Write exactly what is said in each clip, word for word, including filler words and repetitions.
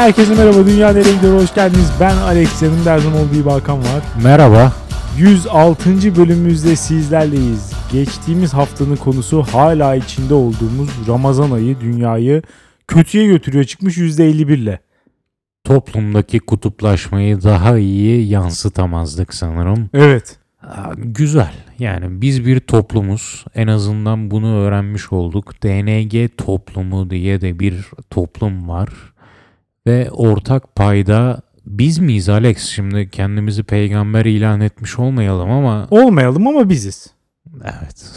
Herkese merhaba, Dünya Nereye Gidiyor, hoş geldiniz. Ben Alex, yanımda her zaman olduğu Hakan var. Merhaba. yüz altıncı bölümümüzde sizlerleyiz. Geçtiğimiz haftanın konusu hala içinde olduğumuz Ramazan ayı dünyayı kötüye götürüyor çıkmış yüzde elli bir ile. Toplumdaki kutuplaşmayı daha iyi yansıtamazdık sanırım. Evet. Aa, güzel. Yani biz bir toplumuz. En azından bunu öğrenmiş olduk. D N G toplumu diye de bir toplum var. Ve ortak payda biz miyiz Alex? Şimdi kendimizi peygamber ilan etmiş olmayalım ama... Olmayalım ama biziz. Evet.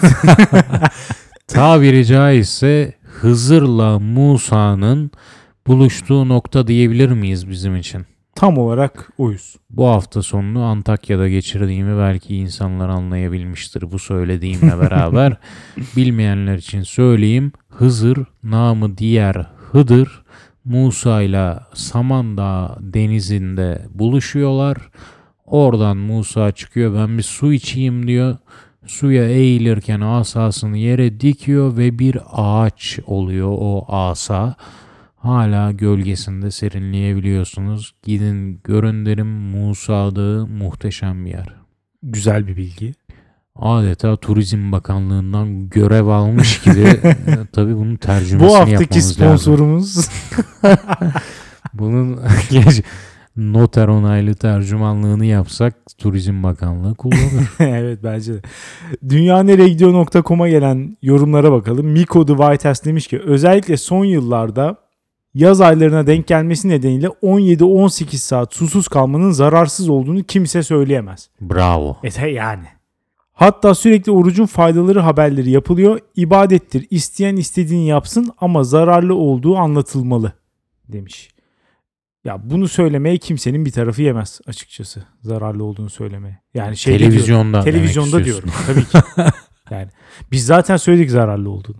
Tabiri caizse Hızır'la Musa'nın buluştuğu nokta diyebilir miyiz bizim için? Tam olarak oyuz. Bu hafta sonunu Antakya'da geçirdiğimi belki insanlar anlayabilmiştir bu söylediğimle beraber. Bilmeyenler için söyleyeyim. Hızır, namı diğer Hıdır, Musa ile Samandağ denizinde buluşuyorlar. Oradan Musa çıkıyor, ben bir su içeyim diyor. Suya eğilirken asasını yere dikiyor ve bir ağaç oluyor o asa. Hala gölgesinde serinleyebiliyorsunuz. Gidin görün derim, Musa Dağı muhteşem bir yer. Güzel bir bilgi. Adeta Turizm Bakanlığı'ndan görev almış gibi. Tabii bunun tercümesini Bu yapmamız lazım. haftaki sponsorumuz. Bunun noter onaylı tercümanlığını yapsak Turizm Bakanlığı kullanır. Evet, bence de. dünya nereye gidiyor nokta com'a gelen yorumlara bakalım. Miko The Whitehouse demiş ki özellikle son yıllarda yaz aylarına denk gelmesi nedeniyle on yedi on sekiz saat susuz kalmanın zararsız olduğunu kimse söyleyemez. Bravo. E yani. Hatta sürekli orucun faydaları haberleri yapılıyor. İbadettir. İsteyen istediğini yapsın ama zararlı olduğu anlatılmalı demiş. Ya bunu söylemeye kimsenin bir tarafı yemez açıkçası. Zararlı olduğunu söylemeye. Yani şey televizyonda diyorum, televizyonda diyorum tabii ki. Yani biz zaten söyledik zararlı olduğunu.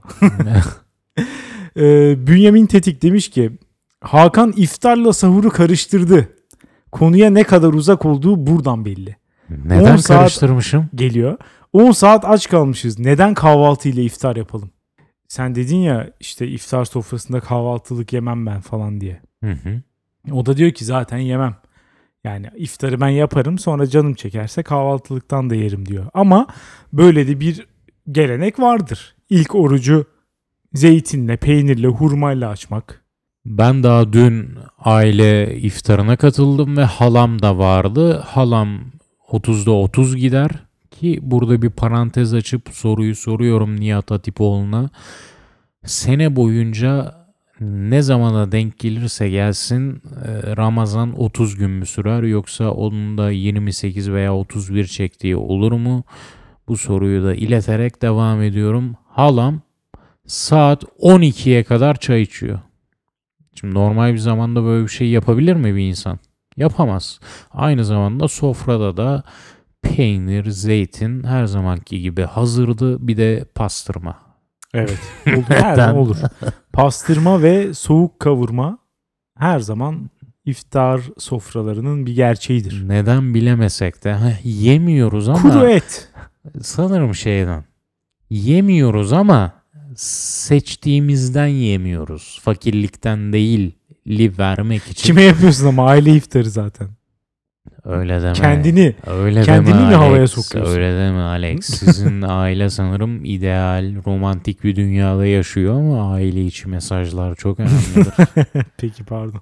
ee, Bünyamin Tetik demiş ki Hakan iftarla sahuru karıştırdı. Konuya ne kadar uzak olduğu buradan belli. Neden karıştırmışım? Geliyor. on saat aç kalmışız. Neden kahvaltı ile iftar yapalım? Sen dedin ya işte iftar sofrasında kahvaltılık yemem ben falan diye. Hı hı. O da diyor ki zaten yemem. Yani iftarı ben yaparım, sonra canım çekerse kahvaltılıktan da yerim diyor. Ama böyle de bir gelenek vardır. İlk orucu zeytinle, peynirle, hurmayla açmak. Ben daha dün aile iftarına katıldım ve halam da vardı. Halam otuzda otuz gider ki burada bir parantez açıp soruyu soruyorum Nihat Hatipoğlu'na. Sene boyunca ne zamana denk gelirse gelsin Ramazan otuz gün mü sürer yoksa onun da yirmi sekiz veya otuz bir çektiği olur mu? Bu soruyu da ileterek devam ediyorum. Halam saat on ikiye kadar çay içiyor. Şimdi normal bir zamanda böyle bir şey yapabilir mi bir insan? Yapamaz. Aynı zamanda sofrada da peynir, zeytin her zamanki gibi hazırdı. Bir de pastırma. Evet. Olur, her zaman olur. Pastırma ve soğuk kavurma her zaman iftar sofralarının bir gerçeğidir. Neden bilemesek de heh, yemiyoruz ama. Kuru et. Sanırım şeyden. Yemiyoruz ama seçtiğimizden yemiyoruz. Fakirlikten değil, li vermek için. Kime yapıyorsun ama aile iftarı zaten. Öyle deme. Kendini. Öyle kendini deme mi Alex, havaya sokuyorsun? Öyle deme Alex. Sizin aile sanırım ideal, romantik bir dünyada yaşıyor ama aile içi mesajlar çok önemlidir. Peki pardon.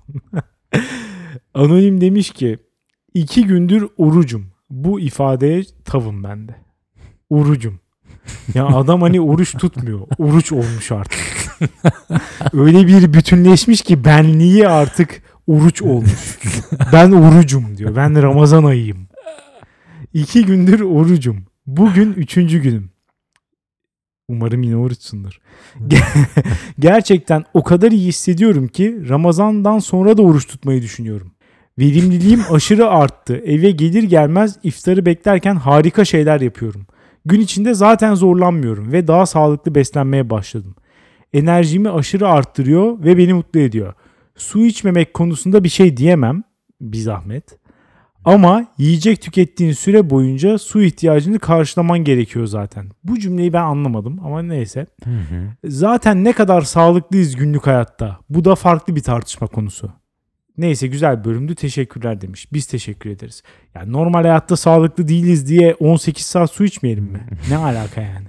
Anonim demiş ki iki gündür orucum. Bu ifadeye tavım bende. Orucum. Ya adam hani oruç tutmuyor. Oruç olmuş artık. Öyle bir bütünleşmiş ki benliği artık oruç olmuş. Ben orucum diyor. Ben Ramazan ayıyım. İki gündür orucum. Bugün üçüncü günüm. Umarım yine oruçsundur. Gerçekten o kadar iyi hissediyorum ki Ramazan'dan sonra da oruç tutmayı düşünüyorum. Verimliliğim aşırı arttı. Eve gelir gelmez iftarı beklerken harika şeyler yapıyorum. Gün içinde zaten zorlanmıyorum ve daha sağlıklı beslenmeye başladım. Enerjimi aşırı arttırıyor ve beni mutlu ediyor. Su içmemek konusunda bir şey diyemem, bir zahmet. Ama yiyecek tükettiğin süre boyunca su ihtiyacını karşılaman gerekiyor zaten. Bu cümleyi ben anlamadım ama neyse. Hı hı. Zaten ne kadar sağlıklıyız günlük hayatta. Bu da farklı bir tartışma konusu Neyse güzel bir bölümdü. Teşekkürler demiş. Biz teşekkür ederiz. Yani normal hayatta sağlıklı değiliz diye on sekiz saat su içmeyelim mi? Ne alaka yani?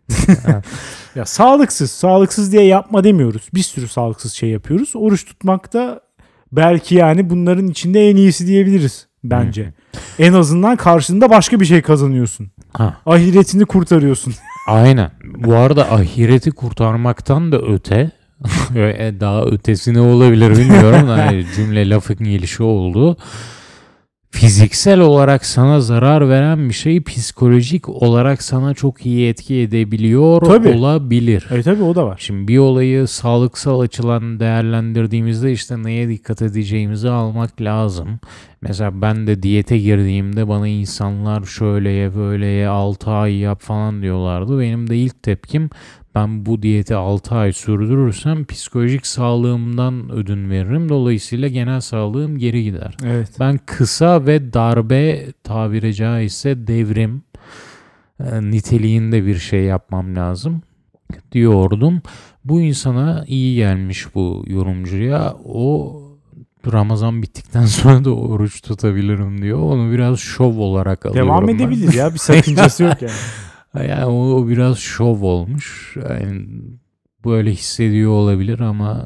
Ya sağlıksız. Sağlıksız diye yapma demiyoruz. Bir sürü sağlıksız şey yapıyoruz. Oruç tutmak da belki yani bunların içinde en iyisi diyebiliriz bence. En azından karşında başka bir şey kazanıyorsun. Ha. Ahiretini kurtarıyorsun. Aynen. Bu arada ahireti kurtarmaktan da öte daha ötesi ne olabilir bilmiyorum da yani cümle lafın gelişi oldu. Fiziksel olarak sana zarar veren bir şey psikolojik olarak sana çok iyi etki edebiliyor Tabii. olabilir. Evet tabii o da var. Şimdi bir olayı sağlıksal açıdan değerlendirdiğimizde işte neye dikkat edeceğimizi almak lazım. Mesela ben de diyete girdiğimde bana insanlar şöyle ye böyle ye altı ay yap falan diyorlardı. Benim de ilk tepkim ben bu diyeti altı ay sürdürürsem psikolojik sağlığımdan ödün veririm. Dolayısıyla genel sağlığım geri gider. Evet. Ben kısa ve darbe tabiri caizse devrim e, niteliğinde bir şey yapmam lazım diyordum. Bu insana iyi gelmiş bu yorumcuya. O Ramazan bittikten sonra da oruç tutabilirim diyor. Onu biraz şov olarak alıyorum Devam ben. edebilir ya. Bir sakıncası yok yani. Yani o, o biraz şov olmuş. Yani böyle hissediyor olabilir ama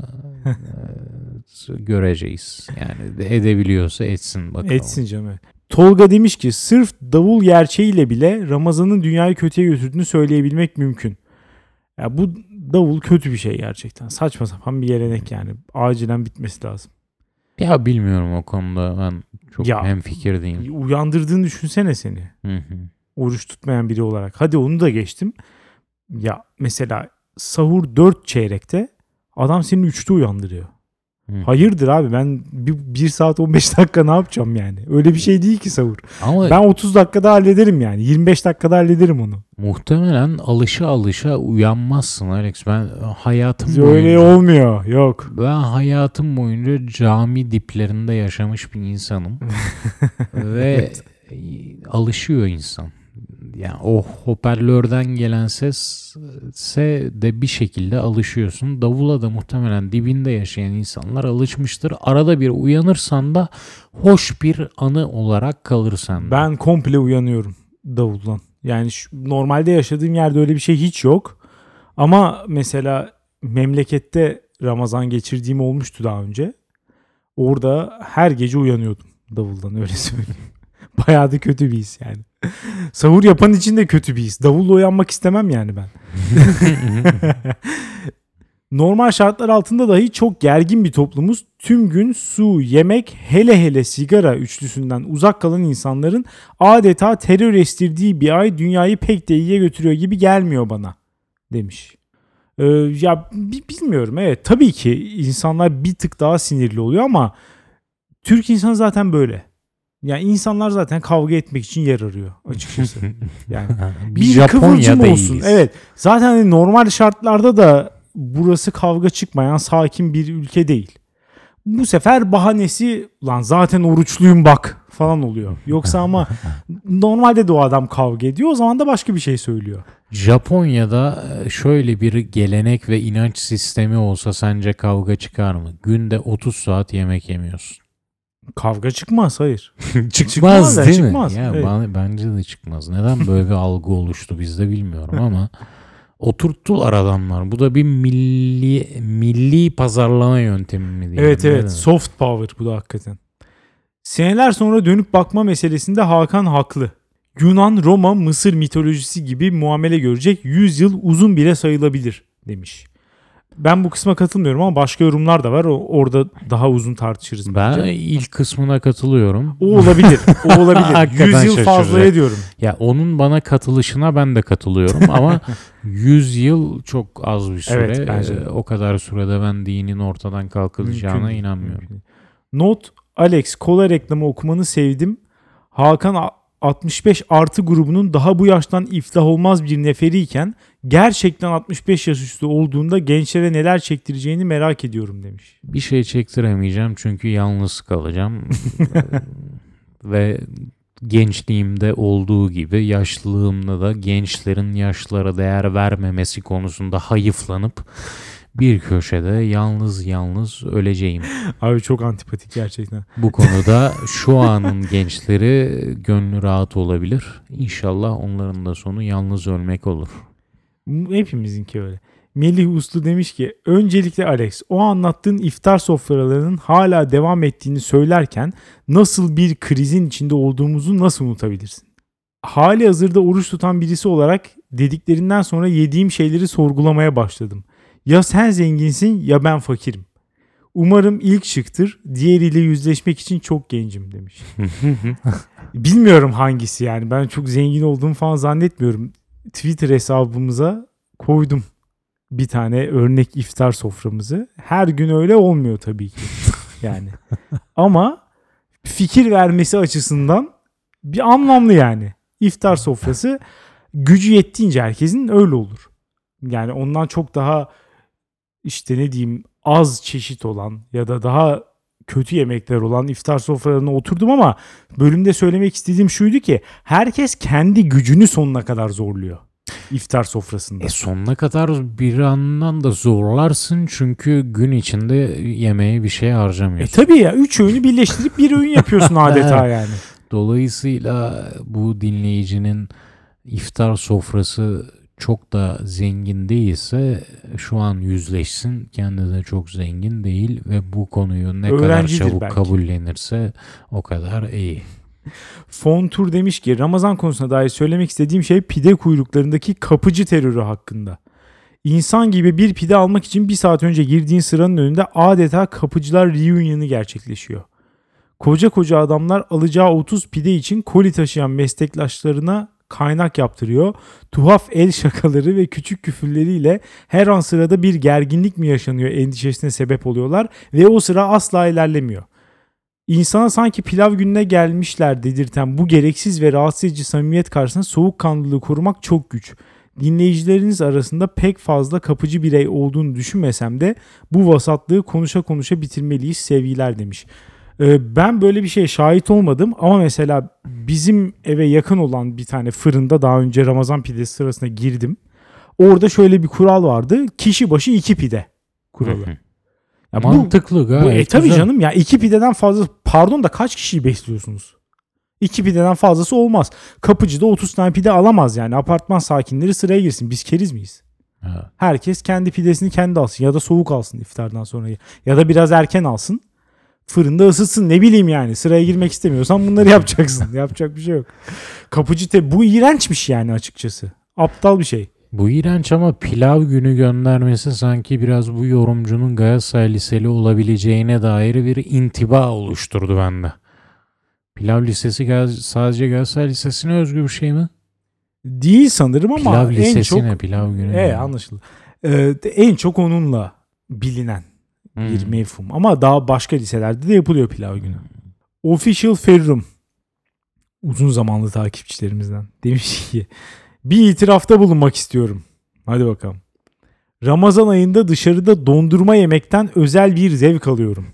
e, göreceğiz. Yani edebiliyorsa etsin bakalım. Etsin canım. Evet. Tolga demiş ki sırf davul gerçeğiyle bile Ramazan'ın dünyayı kötüye götürdüğünü söyleyebilmek mümkün. Ya bu davul kötü bir şey gerçekten. Saçma sapan bir gelenek yani. Acilen bitmesi lazım. Ya bilmiyorum o konuda ben çok Ya, hemfikir değilim. Uyandırdığını düşünsene seni. Hı hı. Oruç tutmayan biri olarak. Hadi onu da geçtim. Ya mesela sahur dört çeyrekte adam seni üçte uyandırıyor. Hı. Hayırdır abi ben bir, bir saat on beş dakika ne yapacağım yani? Öyle bir şey değil ki sahur. Ama Ben otuz dakikada hallederim yani. yirmi beş dakikada hallederim onu. muhtemelen alışa alışa uyanmazsın Alex. Ben hayatım Öyle boyunca olmuyor. Yok. ben hayatım boyunca cami diplerinde yaşamış bir insanım. Ve alışıyor insan. Yani o hoparlörden gelen sesse de bir şekilde alışıyorsun. Davula da muhtemelen dibinde yaşayan insanlar alışmıştır. Arada bir uyanırsan da hoş bir anı olarak kalır sende. Ben komple uyanıyorum davuldan. Yani şu, normalde yaşadığım yerde öyle bir şey hiç yok. Ama mesela memlekette Ramazan geçirdiğim olmuştu daha önce. Orada her gece uyanıyordum davuldan öyle söyleyeyim. Bayağı da kötü bir his yani. Sahur yapan için de kötü bir his. Davulla uyanmak istemem yani ben. Normal şartlar altında dahi çok gergin bir toplumuz. Tüm gün su, yemek, hele hele sigara üçlüsünden uzak kalan insanların adeta terör estirdiği bir ay dünyayı pek de iyiye götürüyor gibi gelmiyor bana demiş. Ee, ya b- bilmiyorum evet tabii ki insanlar bir tık daha sinirli oluyor ama Türk insanı zaten böyle. Yani insanlar zaten kavga etmek için yer arıyor açıkçası. Yani bir bir Japonya kıvılcım olsun. değiliz. Evet. Zaten hani normal şartlarda da burası kavga çıkmayan sakin bir ülke değil. Bu sefer bahanesi lan zaten oruçluyum bak falan oluyor. Yoksa ama normalde de o adam kavga ediyor. O zaman da başka bir şey söylüyor. Japonya'da şöyle bir gelenek ve inanç sistemi olsa sence kavga çıkar mı? Günde otuz saat yemek yemiyorsun. Kavga çıkmaz hayır. Çıkmaz, Çıkmaz da, değil çıkmaz. mi? Ya Evet. bana- bence de çıkmaz. Neden böyle bir algı oluştu bizde bilmiyorum ama oturttular adamlar. Bu da bir milli milli pazarlama yöntemi mi diyelim? Evet ne evet demek? soft power bu da hakikaten. Seneler sonra dönüp bakma meselesinde Hakan haklı. Yunan, Roma, Mısır mitolojisi gibi muamele görecek yüz yıl uzun bile sayılabilir demiş. Ben bu kısma katılmıyorum ama başka yorumlar da var. O, orada daha uzun tartışırız Ben bence. ilk kısmına katılıyorum. O olabilir. O olabilir. Hakikaten yüz yıl fazla şaşıracak. ediyorum. Ya onun bana katılışına ben de katılıyorum ama yüz yıl çok az bir süre. Evet, bence de. Ee, O kadar sürede ben dinin ortadan kalkılacağına Mümkün değil, inanmıyorum. mümkün değil. Not Alex kola reklamı okumanı sevdim. Hakan a- altmış beş artı grubunun daha bu yaştan iflah olmaz bir neferiyken gerçekten altmış beş yaş üstü olduğunda gençlere neler çektireceğini merak ediyorum demiş. Bir şey çektiremeyeceğim çünkü yalnız kalacağım. Ee, Ve gençliğimde olduğu gibi yaşlılığımda da gençlerin yaşlara değer vermemesi konusunda hayıflanıp Bir köşede yalnız yalnız öleceğim. Abi çok antipatik gerçekten. Bu konuda şu anın gençleri gönlü rahat olabilir. İnşallah onların da sonu yalnız ölmek olur. Hepimizinki öyle. Melih Uslu demiş ki öncelikle Alex, o anlattığın iftar sofralarının hala devam ettiğini söylerken nasıl bir krizin içinde olduğumuzu nasıl unutabilirsin? Hali hazırda oruç tutan birisi olarak dediklerinden sonra yediğim şeyleri sorgulamaya başladım. Ya sen zenginsin ya ben fakirim. Umarım ilk şıktır. Diğeriyle yüzleşmek için çok gencim demiş. Bilmiyorum hangisi yani. Ben çok zengin olduğumu falan zannetmiyorum. Twitter hesabımıza koydum bir tane örnek iftar soframızı. Her gün öyle olmuyor tabii ki. Yani. Ama fikir vermesi açısından bir anlamlı yani. İftar sofrası gücü yettiğince herkesin öyle olur. Yani ondan çok daha işte ne diyeyim az çeşit olan ya da daha kötü yemekler olan iftar sofralarına oturdum ama bölümde söylemek istediğim şuydu ki herkes kendi gücünü sonuna kadar zorluyor iftar sofrasında. E sonuna kadar bir andan da zorlarsın çünkü gün içinde yemeğe bir şey E harcamıyorsun. tabii ya üç öğünü birleştirip bir öğün yapıyorsun adeta yani. Dolayısıyla bu dinleyicinin iftar sofrası çok da zengin değilse şu an yüzleşsin. Kendi de çok zengin değil ve bu konuyu ne kadar Öğrencidir çabuk belki. kabullenirse o kadar iyi. Fontur demiş ki Ramazan konusuna dair söylemek istediğim şey pide kuyruklarındaki kapıcı terörü hakkında. İnsan gibi bir pide almak için bir saat önce girdiğin sıranın önünde adeta kapıcılar reunion'ı gerçekleşiyor. Koca koca adamlar alacağı otuz pide için koli taşıyan meslektaşlarına kaynak yaptırıyor. Tuhaf el şakaları ve küçük küfürleriyle her an sırada bir gerginlik mi yaşanıyor endişesine sebep oluyorlar ve o sıra asla ilerlemiyor. İnsana sanki pilav gününe gelmişler dedirten bu gereksiz ve rahatsız edici samimiyet karşısında soğukkanlılığı korumak çok güç. Dinleyicileriniz arasında pek fazla kapıcı birey olduğunu düşünmesem de bu vasatlığı konuşa konuşa bitirmeliyiz sevgiler demiş. Ee, ben böyle bir şeye şahit olmadım ama mesela bizim eve yakın olan bir tane fırında daha önce Ramazan pidesi sırasına girdim. Orada şöyle bir kural vardı. Kişi başı iki pide kuralı. Ya bu- Mantıklı gayet Bu, e tabii güzel. canım ya iki pideden fazla pardon da kaç kişiyi besliyorsunuz? İki pideden fazlası olmaz. Kapıcı da otuz tane pide alamaz yani. Apartman sakinleri sıraya girsin. Biz keriz miyiz? Ha. Herkes kendi pidesini kendi alsın ya da soğuk alsın iftardan sonra ya da biraz erken alsın. Fırında ısıtsın ne bileyim yani. Sıraya girmek istemiyorsan bunları yapacaksın. Yapacak bir şey yok. Kapıcı te bu iğrençmiş yani açıkçası. Aptal bir şey. Bu iğrenç ama pilav günü göndermesi sanki biraz bu yorumcunun Galatasaray Liseli olabileceğine dair bir intiba oluşturdu bende. Pilav Lisesi Gal- sadece Galatasaray Lisesi'ne özgü bir şey mi? Değil sanırım ama Pilav en Lisesi çok ne? Pilav günü e, ne? anlaşıldı. Ee, en çok onunla bilinen bir Hmm. mefhum. Ama daha başka liselerde de yapılıyor pilav günü. Official Ferrum uzun zamanlı takipçilerimizden demiş ki bir itirafta bulunmak istiyorum. Hadi bakalım. Ramazan ayında dışarıda dondurma yemekten özel bir zevk alıyorum.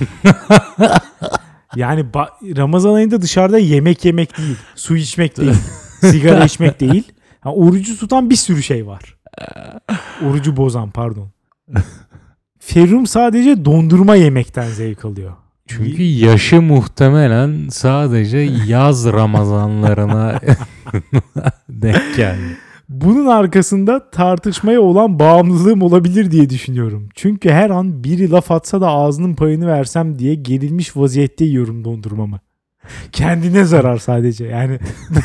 Yani ba- Ramazan ayında dışarıda yemek yemek değil, su içmek değil, sigara içmek değil. Ha, orucu tutan bir sürü şey var. Orucu bozan pardon. Ferrum sadece dondurma yemekten zevk alıyor. Çünkü yaşı muhtemelen sadece yaz Ramazanlarına denk geldi. Bunun arkasında tartışmaya olan bağımlılığım olabilir diye düşünüyorum. Çünkü her an biri laf atsa da ağzının payını versem diye gerilmiş vaziyette yiyorum dondurmamı. Kendine zarar sadece yani.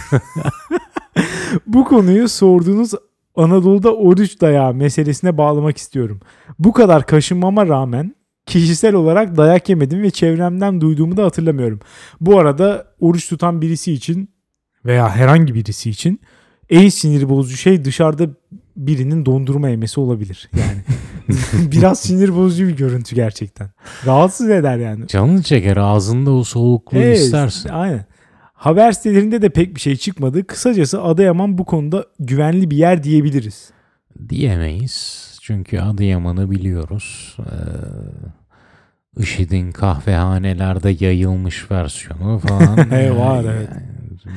Bu konuyu sorduğunuz Anadolu'da oruç dayağı meselesine bağlamak istiyorum. Bu kadar kaşınmama rağmen kişisel olarak dayak yemedim ve çevremden duyduğumu da hatırlamıyorum. Bu arada oruç tutan birisi için veya herhangi birisi için en sinir bozucu şey dışarıda birinin dondurma yemesi olabilir. Yani biraz sinir bozucu bir görüntü gerçekten. Rahatsız eder yani. Canını çeker, ağzında o soğukluğu Evet, istersin. aynen. Haber sitelerinde de pek bir şey çıkmadı. Kısacası Adıyaman bu konuda güvenli bir yer diyebiliriz. Diyemeyiz. Çünkü Adıyaman'ı biliyoruz. Ee, IŞİD'in kahvehanelerde yayılmış versiyonu falan. He, var, evet.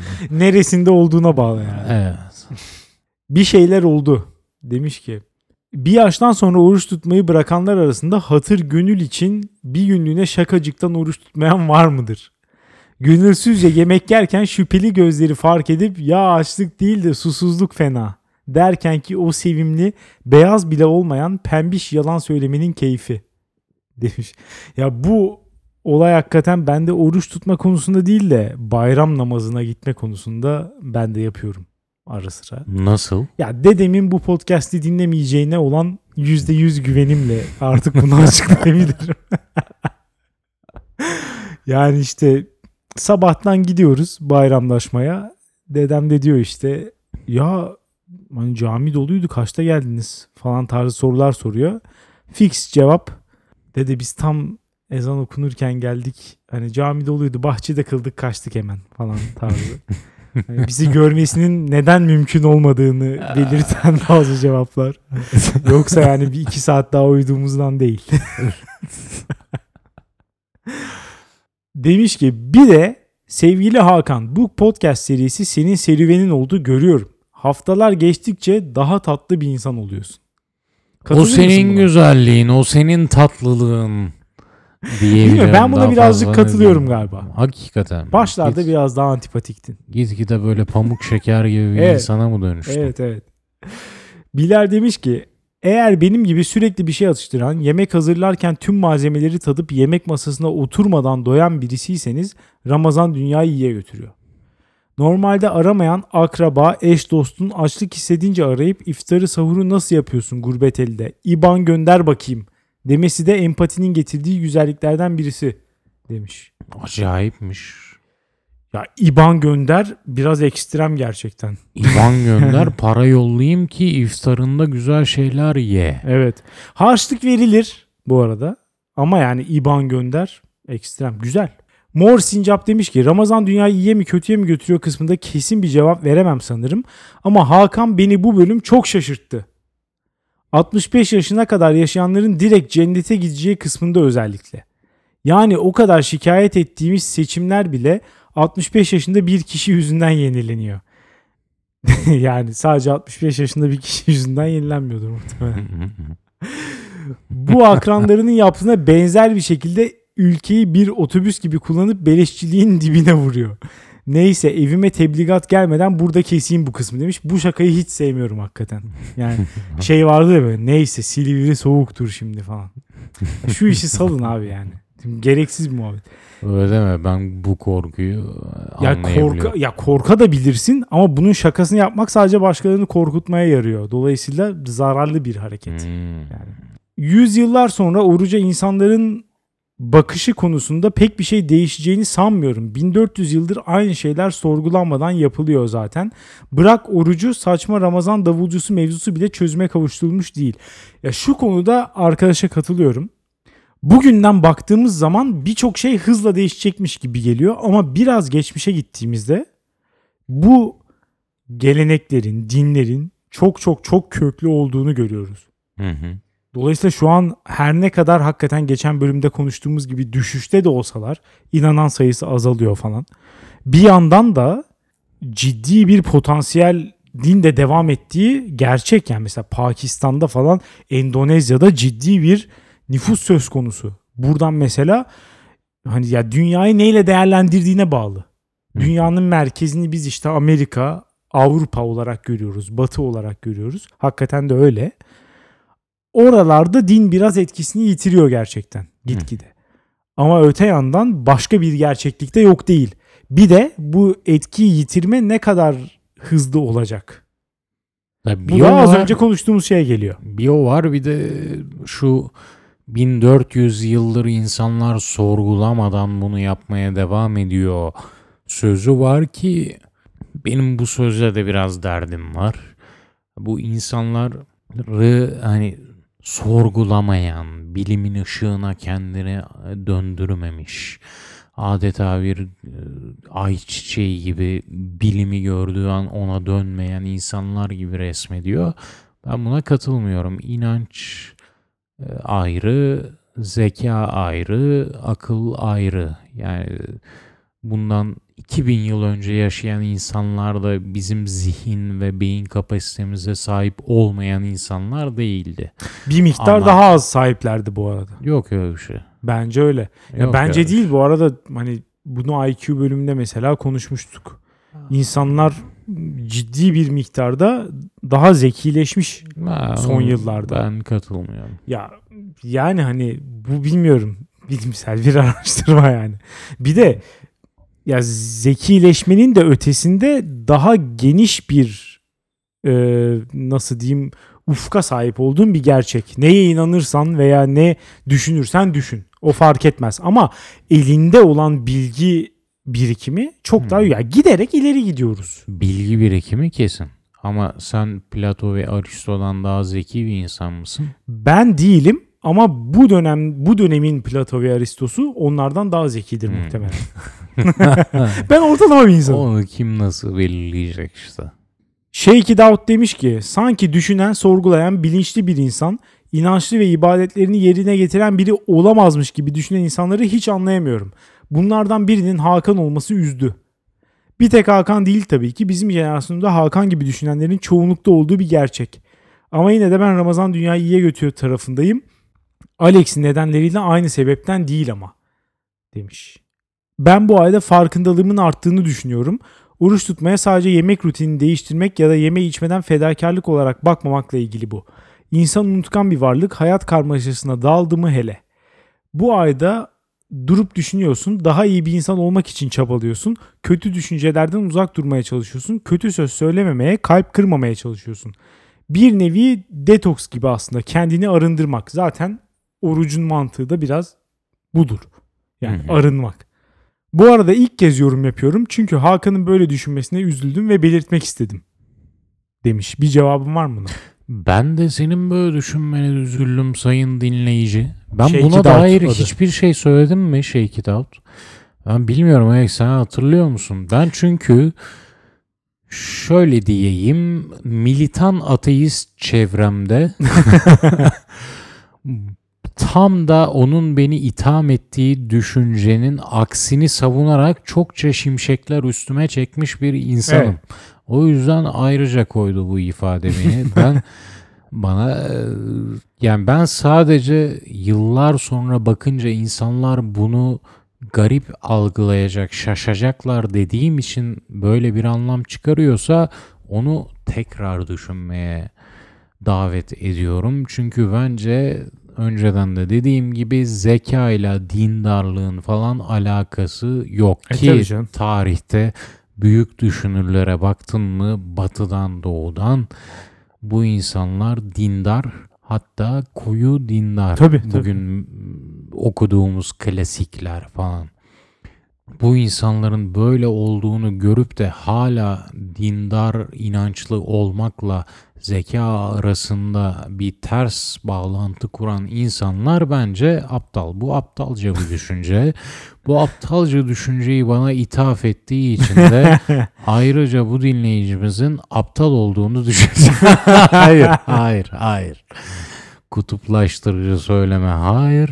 Neresinde olduğuna bağlı yani. Evet. Bir şeyler oldu. Demiş ki Bir yaştan sonra oruç tutmayı bırakanlar arasında hatır gönül için bir günlüğüne şakacıktan oruç tutmayan var mıdır? Gönülsüzce yemek yerken şüpheli gözleri fark edip ya açlık değil de susuzluk fena derken ki o sevimli beyaz bile olmayan pembiş yalan söylemenin keyfi demiş. Ya bu olay hakikaten bende oruç tutma konusunda değil de bayram namazına gitme konusunda ben de yapıyorum ara sıra. Nasıl? Ya dedemin bu podcast'i dinlemeyeceğine olan yüzde yüz güvenimle artık bunu açıklayabilirim. Yani işte sabahtan gidiyoruz bayramlaşmaya. Dedem de diyor işte ya hani cami doluydu kaçta geldiniz falan tarzı sorular soruyor. Fix cevap. Dede biz tam ezan okunurken geldik. Hani cami doluydu bahçede kıldık kaçtık hemen falan tarzı. Yani bizi görmesinin neden mümkün olmadığını belirten bazı cevaplar. Yoksa yani bir iki saat daha uyuduğumuzdan değil. Demiş ki bir de sevgili Hakan bu podcast serisi senin serüvenin oldu görüyorum. Haftalar geçtikçe daha tatlı bir insan oluyorsun. O senin güzelliğin, o senin tatlılığın diyebilirim. Ben buna birazcık katılıyorum galiba. Hakikaten. Başlarda Git, biraz daha antipatiktin. Gitgide böyle pamuk şeker gibi bir evet. insana mı dönüştün? Evet evet. Bilal demiş ki eğer benim gibi sürekli bir şey atıştıran, yemek hazırlarken tüm malzemeleri tadıp yemek masasına oturmadan doyan birisiyseniz Ramazan dünyayı iyiye götürüyor. Normalde aramayan akraba, eş dostun açlık hissedince arayıp iftarı sahuru nasıl yapıyorsun gurbet elde? İban gönder bakayım demesi de empatinin getirdiği güzelliklerden birisi demiş. Acayipmiş. Ya İban gönder biraz ekstrem gerçekten. İban gönder para yollayayım ki iftarında güzel şeyler ye. Evet. Harçlık verilir bu arada. Ama yani İban gönder ekstrem. Güzel. Mor Sincap demiş ki Ramazan dünyayı iyiye mi kötüye mi götürüyor kısmında kesin bir cevap veremem sanırım. Ama Hakan beni bu bölüm çok şaşırttı. altmış beş yaşına kadar yaşayanların direkt cennete gideceği kısmında özellikle. Yani o kadar şikayet ettiğimiz seçimler bile altmış beş yaşında bir kişi yüzünden yenileniyor. Yani sadece altmış beş yaşında bir kişi yüzünden yenilenmiyordur muhtemelen. Bu akranlarının yaptığına benzer bir şekilde ülkeyi bir otobüs gibi kullanıp beleşçiliğin dibine vuruyor. Neyse evime tebligat gelmeden burada keseyim bu kısmı demiş. Bu şakayı hiç sevmiyorum hakikaten. Yani şey vardı ya böyle neyse Silivri soğuktur şimdi falan. Şu işi salın abi yani. Gereksiz bir muhabbet. Öyle deme ben bu korkuyu ya korka, ya korka da bilirsin ama bunun şakasını yapmak sadece başkalarını korkutmaya yarıyor. Dolayısıyla zararlı bir hareket. Hmm. Yani yüzyıllar sonra oruca insanların bakışı konusunda pek bir şey değişeceğini sanmıyorum. bin dört yüz yıldır aynı şeyler sorgulanmadan yapılıyor zaten. Bırak orucu saçma Ramazan davulcusu mevzusu bile çözüme kavuşturulmuş değil. Ya şu konuda arkadaşa katılıyorum. Bugünden baktığımız zaman birçok şey hızla değişecekmiş gibi geliyor ama biraz geçmişe gittiğimizde bu geleneklerin, dinlerin çok çok çok köklü olduğunu görüyoruz. Hı hı. Dolayısıyla şu an her ne kadar hakikaten geçen bölümde konuştuğumuz gibi düşüşte de olsalar inanan sayısı azalıyor falan. Bir yandan da ciddi bir potansiyel din de devam ettiği gerçek. Yani mesela Pakistan'da falan Endonezya'da ciddi bir nüfus söz konusu. Buradan mesela hani ya dünyayı neyle değerlendirdiğine bağlı. Dünyanın merkezini biz işte Amerika, Avrupa olarak görüyoruz, Batı olarak görüyoruz. Hakikaten de öyle. Oralarda din biraz etkisini yitiriyor gerçekten gitgide. Ama öte yandan başka bir gerçeklikte yok değil. Bir de bu etkiyi yitirme ne kadar hızlı olacak? Ya bu da az var, önce konuştuğumuz şeye geliyor. Bir o var bir de şu bin dört yüz yıldır insanlar sorgulamadan bunu yapmaya devam ediyor sözü var ki benim bu sözle de biraz derdim var. Bu insanları hani sorgulamayan, bilimin ışığına kendini döndürmemiş, adeta bir ayçiçeği gibi bilimi gördüğü an ona dönmeyen insanlar gibi resmediyor. Ben buna katılmıyorum. İnanç ayrı, zeka ayrı, akıl ayrı. Yani bundan iki bin yıl önce yaşayan insanlar da bizim zihin ve beyin kapasitemize sahip olmayan insanlar değildi. Bir miktar Ama- daha az sahiplerdi bu arada. Yok öyle bir şey. Bence öyle. Ya Yok bence öyle bir değil bu arada, hani bunu I Q bölümünde mesela konuşmuştuk. İnsanlar ciddi bir miktarda daha zekileşmiş. Ha, Son yıllarda. Ben katılmıyorum. Ya yani hani bu bilmiyorum, bilimsel bir araştırma yani. Bir de ya zekileşmenin de ötesinde daha geniş bir e, nasıl diyeyim, ufka sahip olduğun bir gerçek. Neye inanırsan veya ne düşünürsen düşün. O fark etmez. Ama elinde olan bilgi birikimi çok daha Hmm. ya giderek ileri gidiyoruz. Bilgi birikimi kesin. Ama sen Plato ve Aristo'dan daha zeki bir insan mısın? Ben değilim ama bu dönem bu dönemin Plato ve Aristosu onlardan daha zekidir Hmm. muhtemelen. Ben ortalama bir insanım. Onu kim nasıl belirleyecek işte. Şeyki Davut demiş ki sanki düşünen, sorgulayan, bilinçli bir insan, inançlı ve ibadetlerini yerine getiren biri olamazmış gibi düşünen insanları hiç anlayamıyorum. Bunlardan birinin Hakan olması üzdü. Bir tek Hakan değil tabii ki, bizim jenerasyonda Hakan gibi düşünenlerin çoğunlukta olduğu bir gerçek. Ama yine de ben Ramazan dünyayı iyiye götürüyor tarafındayım. Alex'in nedenleriyle aynı sebepten değil ama demiş. Ben bu ayda farkındalığımın arttığını düşünüyorum. Oruç tutmaya sadece yemek rutinini değiştirmek ya da yeme içmeden fedakarlık olarak bakmamakla ilgili bu. İnsan unutkan bir varlık, hayat karmaşasına daldı mı hele. Bu ayda durup düşünüyorsun, daha iyi bir insan olmak için çabalıyorsun, kötü düşüncelerden uzak durmaya çalışıyorsun, kötü söz söylememeye, kalp kırmamaya çalışıyorsun. Bir nevi detoks gibi aslında, kendini arındırmak. Zaten orucun mantığı da biraz budur. Yani Hı hı. arınmak. Bu arada ilk kez yorum yapıyorum çünkü Hakan'ın böyle düşünmesine üzüldüm ve belirtmek istedim demiş. Bir cevabın var mı buna? Ben de senin böyle düşünmene üzüldüm sayın dinleyici. Ben Şeyki buna Davut dair adı. hiçbir şey söyledim mi Şeyki Davut? Ben bilmiyorum. Alex, sen hatırlıyor musun? Ben çünkü şöyle diyeyim, militan ateist çevremde tam da onun beni itham ettiği düşüncenin aksini savunarak çokça şimşekler üstüme çekmiş bir insanım. Evet. O yüzden ayrıca koydu bu ifade beni. Ben bana e, yani ben sadece yıllar sonra bakınca insanlar bunu garip algılayacak, şaşacaklar dediğim için böyle bir anlam çıkarıyorsa onu tekrar düşünmeye davet ediyorum. Çünkü bence önceden de dediğim gibi zeka ile dindarlığın falan alakası yok E ki tabii canım. tarihte büyük düşünürlere baktın mı batıdan doğudan bu insanlar dindar, hatta koyu dindar. Tabii, tabii. Bugün okuduğumuz klasikler falan. Bu insanların böyle olduğunu görüp de hala dindar, inançlı olmakla zeka arasında bir ters bağlantı kuran insanlar bence aptal. Bu aptalca bir düşünce. Bu aptalca düşünceyi bana ithaf ettiği için de ayrıca bu dinleyicimizin aptal olduğunu düşünüyorum. hayır, hayır, hayır. Kutuplaştırıcı söyleme, hayır.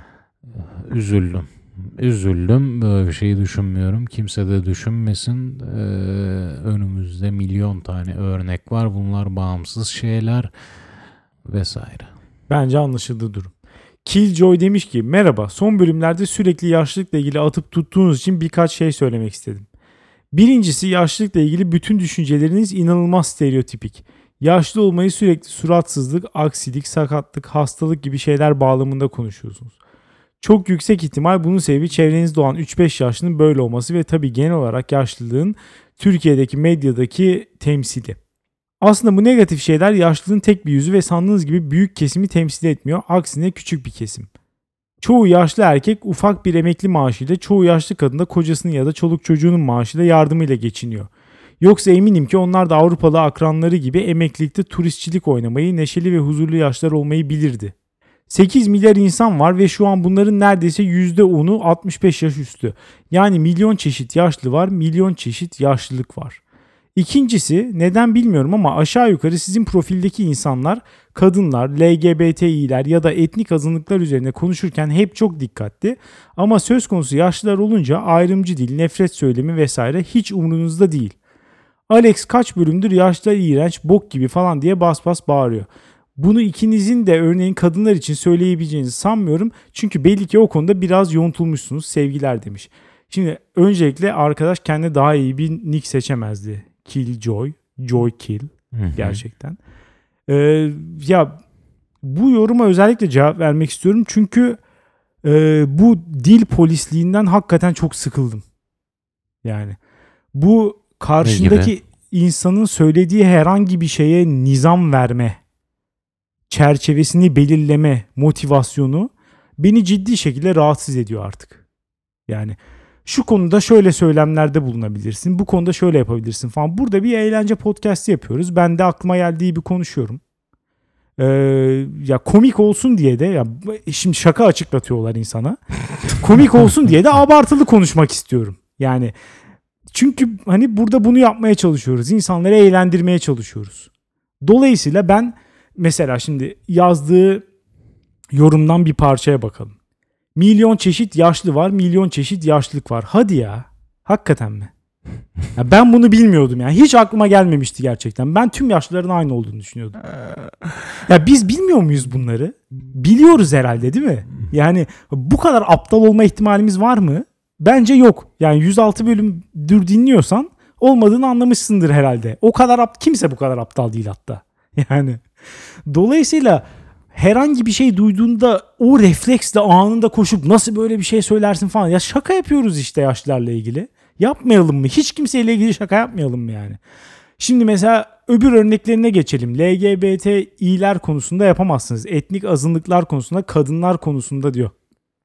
Üzüldüm. Üzüldüm. Böyle bir şeyi düşünmüyorum. Kimse de düşünmesin. Ee, önümüzde milyon tane örnek var. Bunlar bağımsız şeyler vesaire. Bence anlaşıldı durum. Killjoy demiş ki merhaba, son bölümlerde sürekli yaşlılıkla ilgili atıp tuttuğunuz için birkaç şey söylemek istedim. Birincisi, yaşlılıkla ilgili bütün düşünceleriniz inanılmaz stereotipik. Yaşlı olmayı sürekli suratsızlık, aksilik, sakatlık, hastalık gibi şeyler bağlamında konuşuyorsunuz. Çok yüksek ihtimal bunun sebebi çevrenizde olan üç beş yaşlının böyle olması ve tabii genel olarak yaşlılığın Türkiye'deki medyadaki temsili. Aslında bu negatif şeyler yaşlılığın tek bir yüzü ve sandığınız gibi büyük kesimi temsil etmiyor. Aksine küçük bir kesim. Çoğu yaşlı erkek ufak bir emekli maaşıyla, çoğu yaşlı kadın da kocasının ya da çoluk çocuğunun maaşıyla, yardımıyla geçiniyor. Yoksa eminim ki onlar da Avrupalı akranları gibi emeklilikte turistçilik oynamayı, neşeli ve huzurlu yaşlar olmayı bilirdi. sekiz milyar insan var ve şu an bunların neredeyse yüzde onu altmış beş yaş üstü. Yani milyon çeşit yaşlı var, milyon çeşit yaşlılık var. İkincisi, neden bilmiyorum ama aşağı yukarı sizin profildeki insanlar, kadınlar, L G B T İ'ler ya da etnik azınlıklar üzerine konuşurken hep çok dikkatli. Ama söz konusu yaşlılar olunca ayrımcı dil, nefret söylemi vesaire hiç umurunuzda değil. Alex kaç bölümdür yaşlılar iğrenç, bok gibi falan diye bas bas bağırıyor. Bunu ikinizin de örneğin kadınlar için söyleyebileceğinizi sanmıyorum. Çünkü belli ki o konuda biraz yontulmuşsunuz, sevgiler demiş. Şimdi öncelikle arkadaş kendine daha iyi bir nick seçemezdi. Killjoy, Joy Kill gerçekten. Ee, ya bu yoruma özellikle cevap vermek istiyorum. Çünkü e, bu dil polisliğinden hakikaten çok sıkıldım. Yani bu karşındaki insanın söylediği herhangi bir şeye nizam verme, çerçevesini belirleme motivasyonu beni ciddi şekilde rahatsız ediyor artık. Yani şu konuda şöyle söylemlerde bulunabilirsin, bu konuda şöyle yapabilirsin falan. Burada bir eğlence podcast'i yapıyoruz. Ben de aklıma geldiği gibi konuşuyorum. Ee, ya komik olsun diye de, ya şimdi şaka açıklatıyorlar insana. Komik olsun diye de abartılı konuşmak istiyorum. Yani çünkü hani burada bunu yapmaya çalışıyoruz. İnsanları eğlendirmeye çalışıyoruz. Dolayısıyla ben mesela şimdi yazdığı yorumdan bir parçaya bakalım. Milyon çeşit yaşlı var, milyon çeşit yaşlılık var. Hadi ya. Hakikaten mi? Ya ben bunu bilmiyordum yani. Hiç aklıma gelmemişti gerçekten. Ben tüm yaşlıların aynı olduğunu düşünüyordum. Ya biz bilmiyor muyuz bunları? Biliyoruz herhalde, değil mi? Yani bu kadar aptal olma ihtimalimiz var mı? Bence yok. Yani yüz altı bölümdür dinliyorsan olmadığını anlamışsındır herhalde. O kadar aptal, kimse bu kadar aptal değil hatta. Yani dolayısıyla herhangi bir şey duyduğunda o refleksle anında koşup nasıl böyle bir şey söylersin falan. Ya şaka yapıyoruz işte yaşlılarla ilgili. Yapmayalım mı? Hiç kimseyle ilgili şaka yapmayalım mı yani? Şimdi mesela öbür örneklerine geçelim. L G B T İ'ler konusunda yapamazsınız. Etnik azınlıklar konusunda, kadınlar konusunda diyor.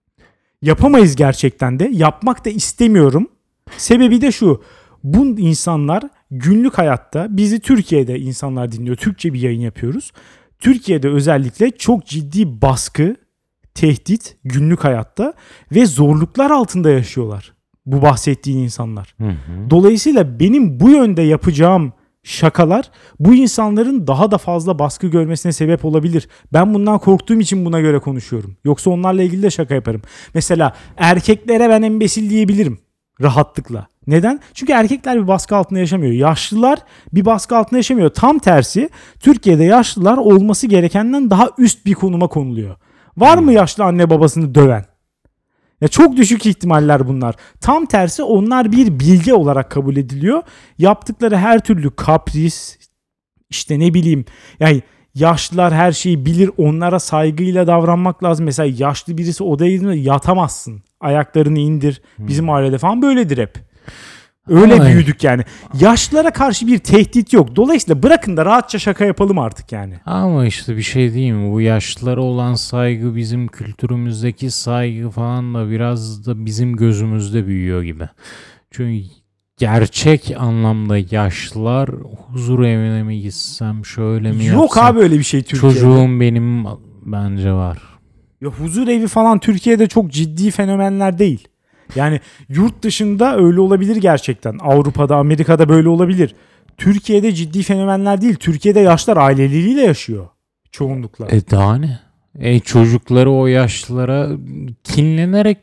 Yapamayız gerçekten de. Yapmak da istemiyorum. Sebebi de şu. Bu insanlar günlük hayatta, bizi Türkiye'de insanlar dinliyor. Türkçe bir yayın yapıyoruz. Türkiye'de özellikle çok ciddi baskı, tehdit günlük hayatta ve zorluklar altında yaşıyorlar bu bahsettiğin insanlar. Hı hı. Dolayısıyla benim bu yönde yapacağım şakalar bu insanların daha da fazla baskı görmesine sebep olabilir. Ben bundan korktuğum için buna göre konuşuyorum. Yoksa onlarla ilgili de şaka yaparım. Mesela erkeklere ben embesil diyebilirim rahatlıkla. Neden? Çünkü erkekler bir baskı altında yaşamıyor. Yaşlılar bir baskı altında yaşamıyor. Tam tersi, Türkiye'de yaşlılar olması gerekenden daha üst bir konuma konuluyor. Var mı yaşlı anne babasını döven? Ya çok düşük ihtimaller bunlar. Tam tersi, onlar bir bilge olarak kabul ediliyor. Yaptıkları her türlü kapris, işte ne bileyim, yani yaşlılar her şeyi bilir, onlara saygıyla davranmak lazım. Mesela yaşlı birisi odaya girdiğinde yatamazsın. Ayaklarını indir. Bizim ailede falan böyledir hep. Öyle Ay. büyüdük yani. Yaşlılara karşı bir tehdit yok. Dolayısıyla bırakın da rahatça şaka yapalım artık yani. Ama işte bir şey değil mi? Bu yaşlılara olan saygı bizim kültürümüzdeki saygı falan da biraz da bizim gözümüzde büyüyor gibi. Çünkü gerçek anlamda yaşlılar huzur evine mi gitsem, şöyle mi yapsam? Yok abi öyle bir şey Türkiye'de. Çocuğum benim bence var. Ya huzur evi falan Türkiye'de çok ciddi fenomenler değil. Yani yurt dışında öyle olabilir gerçekten. Avrupa'da, Amerika'da böyle olabilir. Türkiye'de ciddi fenomenler değil. Türkiye'de yaşlılar aileleriyle yaşıyor çoğunlukla. E daha ne? E çocukları o yaşlılara kinlenerek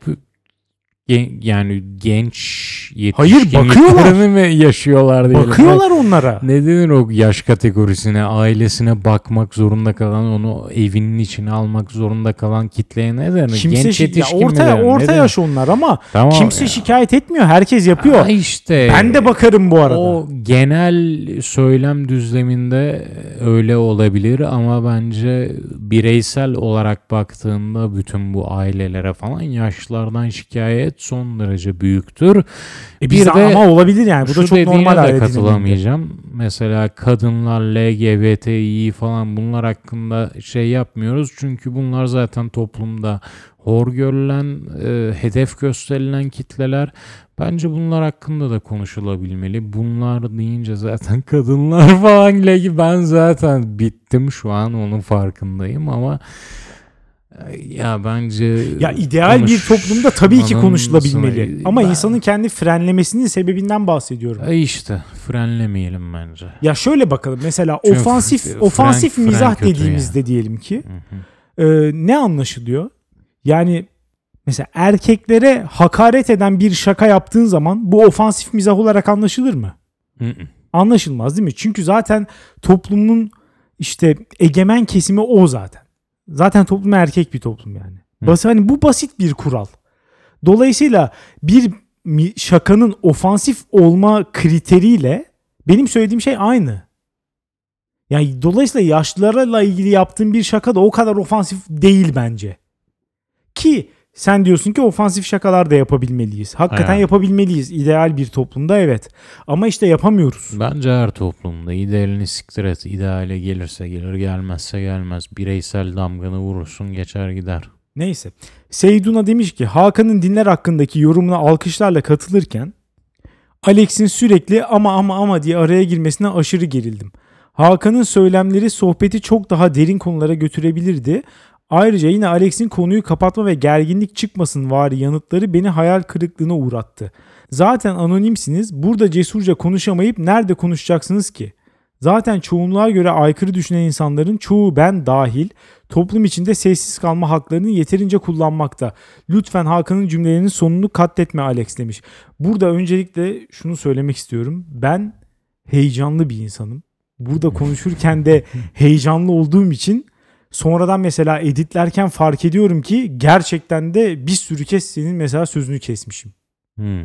gen, yani genç yetişkinliklerini mi yaşıyorlar diyelim. Bakıyorlar onlara. Ne denir o yaş kategorisine, ailesine bakmak zorunda kalan, onu evinin içine almak zorunda kalan kitleye ne denir? Kimse Genç yetişkin ya orta, mi denir? orta yaş onlar ama tamam kimse ya. şikayet etmiyor. Herkes yapıyor. Ha işte, ben de bakarım bu arada. O genel söylem düzleminde öyle olabilir ama bence bireysel olarak baktığında bütün bu ailelere falan yaşlılardan şikayet son derece büyüktür. E bir de ama olabilir yani. Bu da çok normal. Şu katılamayacağım. Mesela kadınlar, L G B T İ falan, bunlar hakkında şey yapmıyoruz. Çünkü bunlar zaten toplumda hor görülen, e, hedef gösterilen kitleler. Bence bunlar hakkında da konuşulabilmeli. Bunlar deyince zaten kadınlar falan, ben zaten bittim şu an, onun farkındayım ama Ya bence Ya ideal bir toplumda tabii ki konuşulabilmeli. konuşmanın- Ama Ben- insanın kendi frenlemesinin sebebinden bahsediyorum. E işte frenlemeyelim bence. Ya şöyle bakalım mesela Çünkü ofansif fren- ofansif fren mizah kötü dediğimizde diyelim ki Hı hı. e, ne anlaşılıyor? Yani mesela erkeklere hakaret eden bir şaka yaptığın zaman bu ofansif mizah olarak anlaşılır mı? Hı hı. Anlaşılmaz değil mi? Çünkü zaten toplumun işte egemen kesimi o zaten. Zaten toplum erkek bir toplum yani. Hı. Basit, hani bu basit bir kural. Dolayısıyla bir mi- şakanın ofansif olma kriteriyle benim söylediğim şey aynı. Yani dolayısıyla yaşlılarla ilgili yaptığım bir şaka da o kadar ofansif değil bence. Ki sen diyorsun ki ofansif şakalar da yapabilmeliyiz. Hakikaten Evet. yapabilmeliyiz. İdeal bir toplumda evet. Ama işte yapamıyoruz. Bence her toplumda idealini siktir et. İdeale gelirse gelir, gelmezse gelmez. Bireysel damganı vurursun, geçer gider. Neyse. Seydun'a demiş ki Hakan'ın dinler hakkındaki yorumuna alkışlarla katılırken Alex'in sürekli ama ama ama diye araya girmesine aşırı gerildim. Hakan'ın söylemleri sohbeti çok daha derin konulara götürebilirdi. Ayrıca yine Alex'in konuyu kapatma ve gerginlik çıkmasın vari yanıtları beni hayal kırıklığına uğrattı. Zaten anonimsiniz. Burada cesurca konuşamayıp nerede konuşacaksınız ki? Zaten çoğunluğa göre aykırı düşünen insanların çoğu ben dahil toplum içinde sessiz kalma haklarını yeterince kullanmakta. Lütfen Hakan'ın cümlelerinin sonunu katletme Alex demiş. Burada öncelikle şunu söylemek istiyorum. Ben heyecanlı bir insanım. Burada konuşurken de heyecanlı olduğum için sonradan mesela editlerken fark ediyorum ki gerçekten de bir sürü kez senin mesela sözünü kesmişim. Hmm.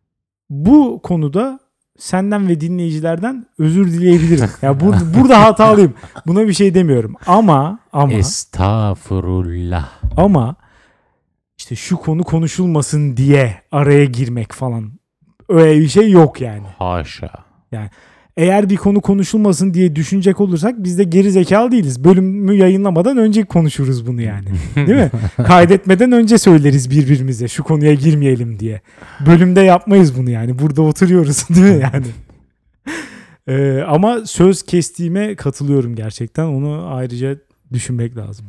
Bu konuda senden ve dinleyicilerden özür dileyebilirim. Ya burada, burada hatalıyım. Buna bir şey demiyorum. Ama ama Estağfurullah. ama işte şu konu konuşulmasın diye araya girmek falan öyle bir şey yok yani. Haşa. Eğer bir konu konuşulmasın diye düşünecek olursak biz de geri zekalı değiliz. Bölümü yayınlamadan önce konuşuruz bunu yani. Değil mi? Kaydetmeden önce söyleriz birbirimize şu konuya girmeyelim diye. Bölümde yapmayız bunu yani. Burada oturuyoruz değil mi yani? Ee, ama söz kestiğime katılıyorum gerçekten. Onu ayrıca düşünmek lazım.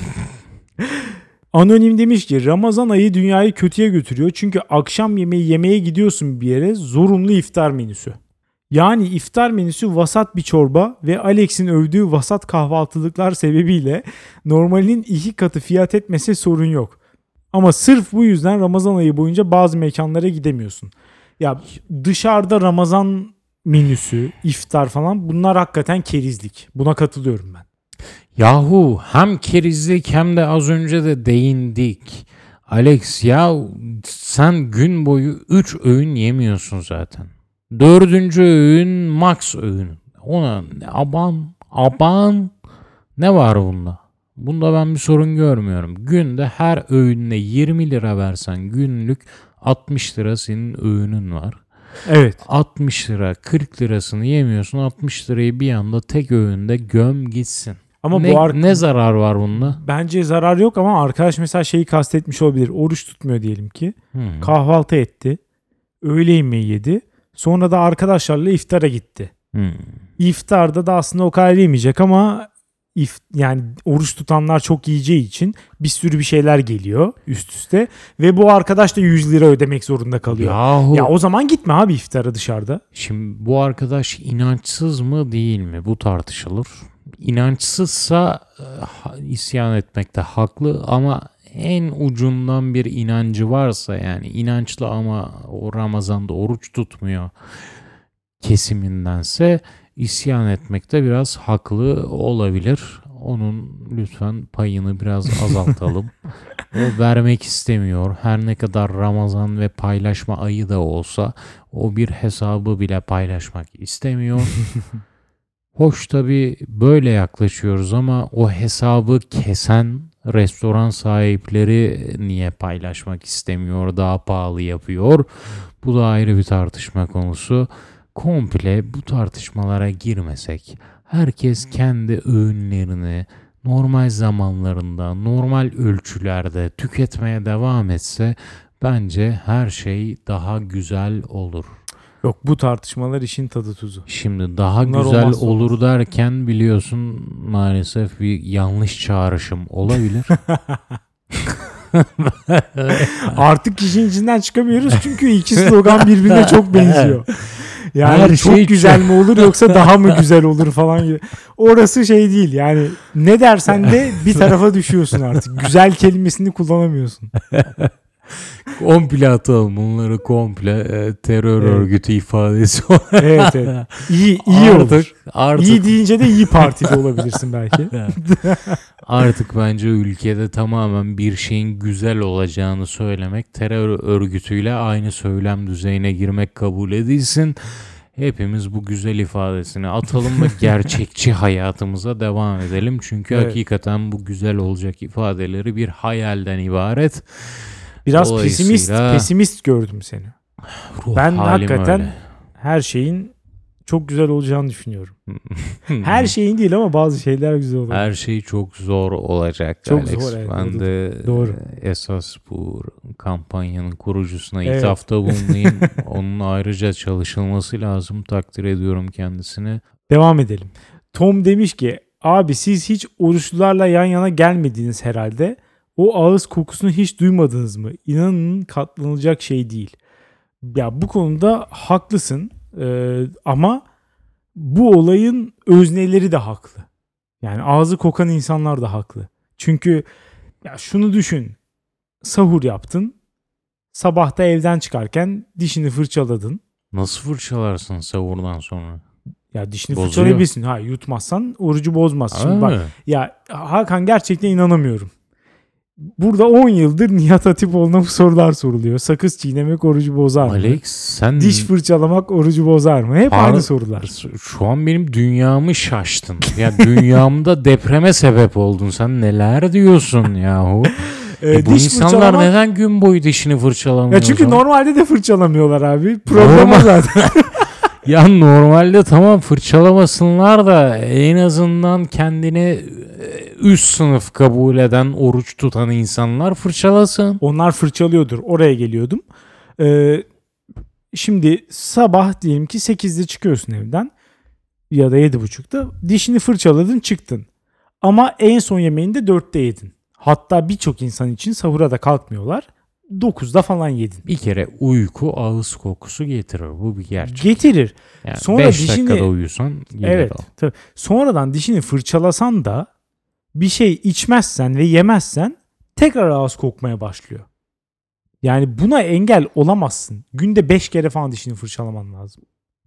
Anonim demiş ki Ramazan ayı dünyayı kötüye götürüyor. Çünkü akşam yemeği yemeye gidiyorsun bir yere zorunlu iftar menüsü. Yani iftar menüsü vasat bir çorba ve Alex'in övdüğü vasat kahvaltılıklar sebebiyle normalinin iki katı fiyat etmese sorun yok. Ama sırf bu yüzden Ramazan ayı boyunca bazı mekanlara gidemiyorsun. Ya dışarıda Ramazan menüsü, iftar falan bunlar hakikaten kerizlik. Buna katılıyorum ben. Yahu hem kerizlik hem de az önce de değindik. Alex ya sen gün boyu üç öğün yemiyorsun zaten. Dördüncü öğün max öğün. Ona ne- aban aban ne var bunda? Bunda ben bir sorun görmüyorum. Günde her öğününe yirmi lira versen günlük altmış lira senin öğünün var. Evet. altmış lira kırk lirasını yemiyorsun. altmış lirayı bir anda tek öğünde göm gitsin. Ama ne, bu ar- ne zarar var bunda? bence zarar yok ama arkadaş mesela şeyi kastetmiş olabilir. Oruç tutmuyor diyelim ki. Hmm. Kahvaltı etti. Öğle yemeği yedi. Sonra da arkadaşlarla iftara gitti. Hmm. İftarda da aslında o kadar yemeyecek ama if, yani oruç tutanlar çok yiyeceği için bir sürü bir şeyler geliyor üst üste ve bu arkadaş da yüz lira ödemek zorunda kalıyor. Yahu Ya o zaman gitme abi iftara dışarıda. şimdi bu arkadaş inançsız mı değil mi? Bu tartışılır. İnançsızsa e, ha- isyan etmekte haklı ama en ucundan bir inancı varsa yani inançlı ama o Ramazan'da oruç tutmuyor kesimindense isyan etmekte biraz haklı olabilir. Onun lütfen payını biraz azaltalım. O vermek istemiyor. Her ne kadar Ramazan ve paylaşma ayı da olsa o bir hesabı bile paylaşmak istemiyor. Hoş tabii böyle yaklaşıyoruz ama o hesabı kesen restoran sahipleri niye paylaşmak istemiyor, daha pahalı yapıyor? Bu da ayrı bir tartışma konusu. Komple bu tartışmalara girmesek, herkes kendi öğünlerini normal zamanlarında, normal ölçülerde tüketmeye devam etse bence her şey daha güzel olur. Yok, bu tartışmalar işin tadı tuzu. Şimdi daha Bunlar güzel olmazsa olur olmaz. derken biliyorsun maalesef bir yanlış çağrışım olabilir. Artık işin içinden çıkamıyoruz çünkü iki slogan birbirine çok benziyor. Yani Her çok şey güzel çok- mi olur yoksa daha mı güzel olur falan gibi. Orası şey değil yani, ne dersen de bir tarafa düşüyorsun artık. Güzel kelimesini kullanamıyorsun. Komple atalım bunları, komple e, terör Evet. örgütü ifadesi olarak. Evet, evet. İyi, iyi olur. Artık, artık, İyi deyince de iyi partide olabilirsin belki. artık bence ülkede tamamen bir şeyin güzel olacağını söylemek, terör örgütüyle aynı söylem düzeyine girmek kabul edilsin. Hepimiz bu güzel ifadesini atalım ve gerçekçi hayatımıza devam edelim. Çünkü Evet. hakikaten bu güzel olacak ifadeleri bir hayalden ibaret. Biraz pesimist, Dolayısıyla pesimist gördüm seni. ruh Ben halim hakikaten öyle. her şeyin çok güzel olacağını düşünüyorum. Her şeyin değil ama bazı şeyler güzel olacak. Her şey çok zor olacak. Çok Alex. zor, evet, Ben doğru. de Doğru. e, esas bu kampanyanın kurucusuna Evet. ithafta bulunayım. Onun ayrıca çalışılması lazım. Takdir ediyorum kendisini. Devam edelim. Tom demiş ki, abi siz hiç oruçlularla yan yana gelmediniz herhalde. O ağız kokusunu hiç duymadınız mı? İnanın katlanılacak şey değil. Ya bu konuda haklısın. Ee, ama bu olayın özneleri de haklı. Yani ağzı kokan insanlar da haklı. Çünkü ya şunu düşün. Sahur yaptın. Sabahta evden çıkarken dişini fırçaladın. Nasıl fırçalarsın sahurdan sonra? Ya dişini Bozuyor. fırçalayabilirsin. Ha, yutmazsan orucu bozmaz. Şimdi Aa, bak, ya Hakan, gerçekten inanamıyorum. Burada on yıldır Nihat Hatipoğlu'na bu sorular soruluyor. Sakız çiğnemek orucu bozar mı? Alex sen Diş fırçalamak orucu bozar mı? Hep Par- aynı sorular. şu an benim dünyamı şaştın. Ya dünyamda depreme sebep oldun. Sen neler diyorsun yahu? Ee, E bu diş insanlar fırçalamak- neden gün boyu dişini fırçalamıyor? Ya çünkü o zaman? normalde de fırçalamıyorlar abi. Problem o Normal. zaten. Ya normalde tamam fırçalamasınlar da en azından kendini e, üst sınıf kabul eden, oruç tutan insanlar fırçalasın. Onlar fırçalıyordur. Oraya geliyordum. Ee, şimdi sabah diyelim ki sekizde çıkıyorsun evden. Ya da yedi buçukta. Dişini fırçaladın, çıktın. Ama en son yemeğini de dörtte yedin. Hatta birçok insan için sahura da kalkmıyorlar. dokuzda falan yedin. Bir kere uyku ağız kokusu getirir. Bu bir gerçek. Getirir. Yani Sonra beş dişini- dakikada uyusan gelir Evet. o. Tabii. Sonradan dişini fırçalasan da bir şey içmezsen ve yemezsen tekrar ağız kokmaya başlıyor. Yani buna engel olamazsın. Günde beş kere falan dişini fırçalaman lazım.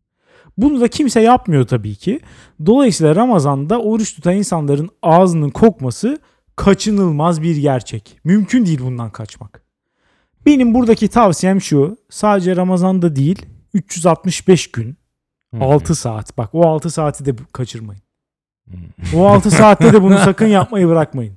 Bunu da kimse yapmıyor tabii ki. Dolayısıyla Ramazan'da oruç tutan insanların ağzının kokması kaçınılmaz bir gerçek. Mümkün değil bundan kaçmak. Benim buradaki tavsiyem şu. Sadece Ramazan'da değil, üç yüz altmış beş gün, Hı hı. altı saat. Bak, o altı saati de kaçırmayın. Hı. O altı saatte de bunu sakın yapmayı bırakmayın.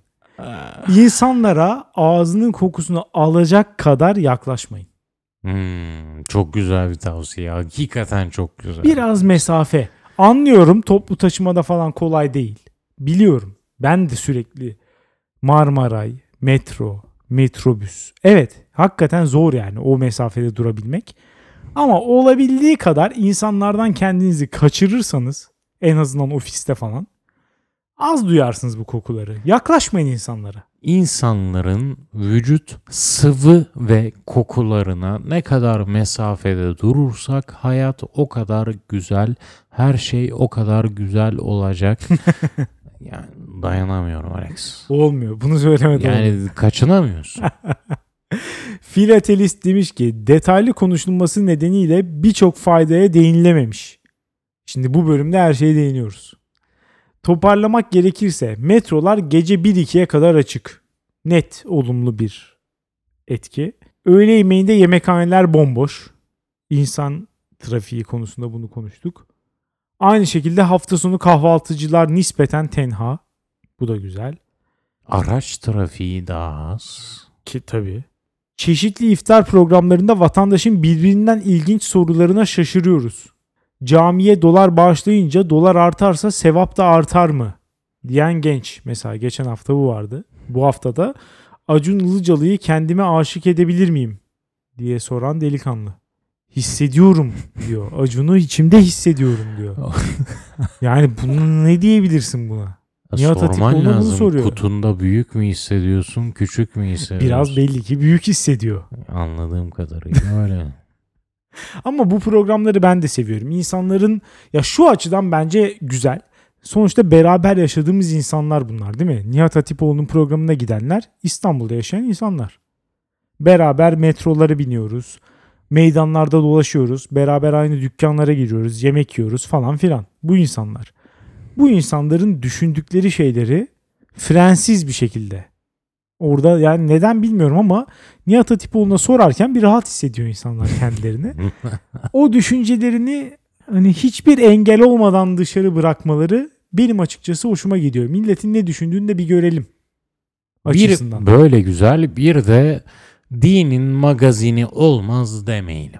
İnsanlara ağzının kokusunu alacak kadar yaklaşmayın. Hmm, çok güzel bir tavsiye. Hakikaten çok güzel. Biraz mesafe. Anlıyorum, toplu taşımada falan kolay değil. Biliyorum. Ben de sürekli Marmaray, metro, metrobüs. Evet, hakikaten zor yani o mesafede durabilmek. Ama olabildiği kadar insanlardan kendinizi kaçırırsanız, en azından ofiste falan, az duyarsınız bu kokuları. Yaklaşmayın insanlara. İnsanların vücut sıvı ve kokularına ne kadar mesafede durursak hayat o kadar güzel, her şey o kadar güzel olacak. Yani dayanamıyorum Alex. Olmuyor. Bunu söylemeden olmuyor. Yani kaçınamıyorsun. Filatelist demiş ki, detaylı konuşulması nedeniyle birçok faydaya değinilememiş. Şimdi bu bölümde her şeye değiniyoruz. Toparlamak gerekirse metrolar gece bir ikiye kadar açık. Net olumlu bir etki. Öğle yemeğinde yemekhaneler bomboş. İnsan trafiği konusunda bunu konuştuk. Aynı şekilde hafta sonu kahvaltıcılar nispeten tenha. Bu da güzel. Araç trafiği daha az. Ki tabii. Çeşitli iftar programlarında vatandaşın birbirinden ilginç sorularına şaşırıyoruz. Camiye dolar bağışlayınca dolar artarsa sevap da artar mı? Diyen genç. Mesela geçen hafta bu vardı. Bu haftada Acun Ilıcalı'yı kendime aşık edebilir miyim? Diye soran delikanlı. Hissediyorum diyor. Acunu içimde hissediyorum diyor. Yani bunu ne diyebilirsin buna? Nihat Sorman Hatipoğlu bunu lazım. soruyor. Kutunda büyük mü hissediyorsun, küçük mü hissediyorsun? Biraz belli ki büyük hissediyor. Anladığım kadarıyla öyle. Ama bu programları ben de seviyorum. İnsanların ya şu açıdan bence güzel. Sonuçta beraber yaşadığımız insanlar bunlar değil mi? Nihat Hatipoğlu'nun programına gidenler İstanbul'da yaşayan insanlar. Beraber metrolara biniyoruz. Meydanlarda dolaşıyoruz. Beraber aynı dükkanlara giriyoruz. Yemek yiyoruz falan filan. Bu insanlar. Bu insanların düşündükleri şeyleri frensiz bir şekilde. Orada yani neden bilmiyorum ama Nihat Hatipoğlu'na sorarken bir rahat hissediyor insanlar kendilerini. O düşüncelerini hani hiçbir engel olmadan dışarı bırakmaları benim açıkçası hoşuma gidiyor. Milletin ne düşündüğünü de bir görelim. Açısından. Bir böyle güzel, bir de dinin magazini olmaz demeyelim.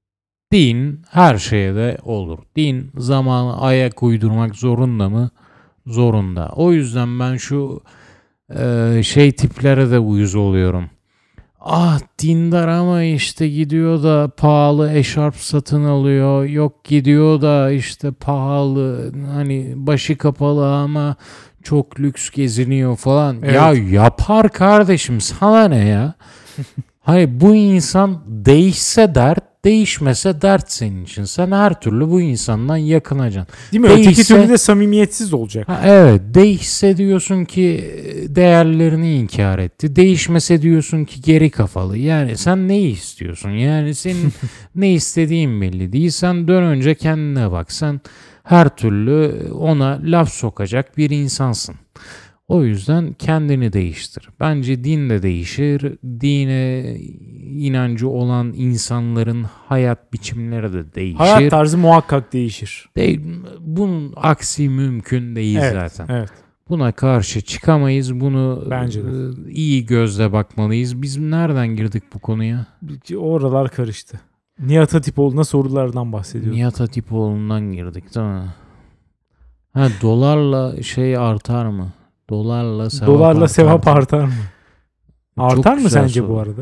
Din her şeye de olur. Din zamana ayak uydurmak zorunda mı? Zorunda. O yüzden ben şu e, şey tiplere de uyuz oluyorum. Ah dindar ama işte gidiyor da pahalı eşarp satın alıyor. Yok gidiyor da işte pahalı hani başı kapalı ama çok lüks geziniyor falan. Evet. Ya yapar kardeşim, sana ne ya? Hayır, bu insan değişse dert, değişmese dert senin için. Sen her türlü bu insandan yakınacaksın. Değil mi? Değişse, Öteki türlü de samimiyetsiz olacak. Ha, evet, değişse diyorsun ki değerlerini inkar etti. Değişmese diyorsun ki geri kafalı. Yani sen ne istiyorsun? Yani senin ne istediğin belli değil. Sen dön önce kendine bak. Sen her türlü ona laf sokacak bir insansın. O yüzden kendini değiştir. Bence din de değişir. Dine inancı olan insanların hayat biçimleri de değişir. Hayat tarzı muhakkak değişir. De, bunun aksi mümkün değil Evet, zaten. evet. Buna karşı çıkamayız. Bunu Bence de. e, iyi gözle bakmalıyız. Biz nereden girdik bu konuya? Oralar karıştı. Nihat Hatipoğlu'na sorulardan bahsediyoruz. Nihat Hatipoğlu'ndan girdik değil mi? Ha, dolarla şey artar mı? Dolarla sevap Dolarla artar sevap mı? artar mı? Çok Artar mı güzel sence soru. bu arada?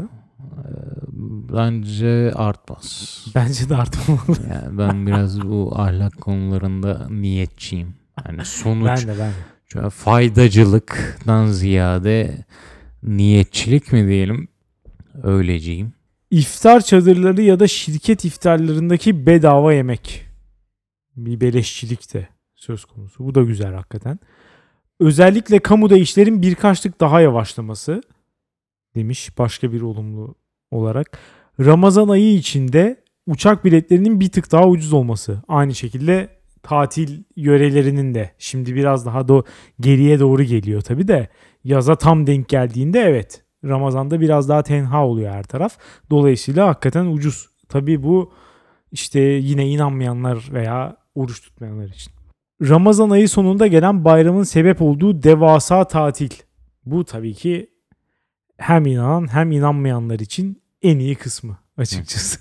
Bence artmaz. Bence de artmamalı. Yani ben biraz bu ahlak konularında niyetçiyim. Yani sonuç, Ben de ben de. şöyle faydacılıktan ziyade niyetçilik mi diyelim? Öyleciyim. İftar çadırları ya da şirket iftarlarındaki bedava yemek. Bir beleşçilik de söz konusu. Bu da güzel hakikaten. Özellikle kamuda işlerin birkaç tık daha yavaşlaması demiş başka bir olumlu olarak. Ramazan ayı içinde uçak biletlerinin bir tık daha ucuz olması. Aynı şekilde tatil yörelerinin de şimdi biraz daha da geriye doğru geliyor tabii de yaza tam denk geldiğinde evet Ramazan'da biraz daha tenha oluyor her taraf. Dolayısıyla hakikaten ucuz. Tabii bu işte yine inanmayanlar veya oruç tutmayanlar için. Ramazan ayı sonunda gelen bayramın sebep olduğu devasa tatil. Bu tabii ki hem inanan hem inanmayanlar için en iyi kısmı açıkçası.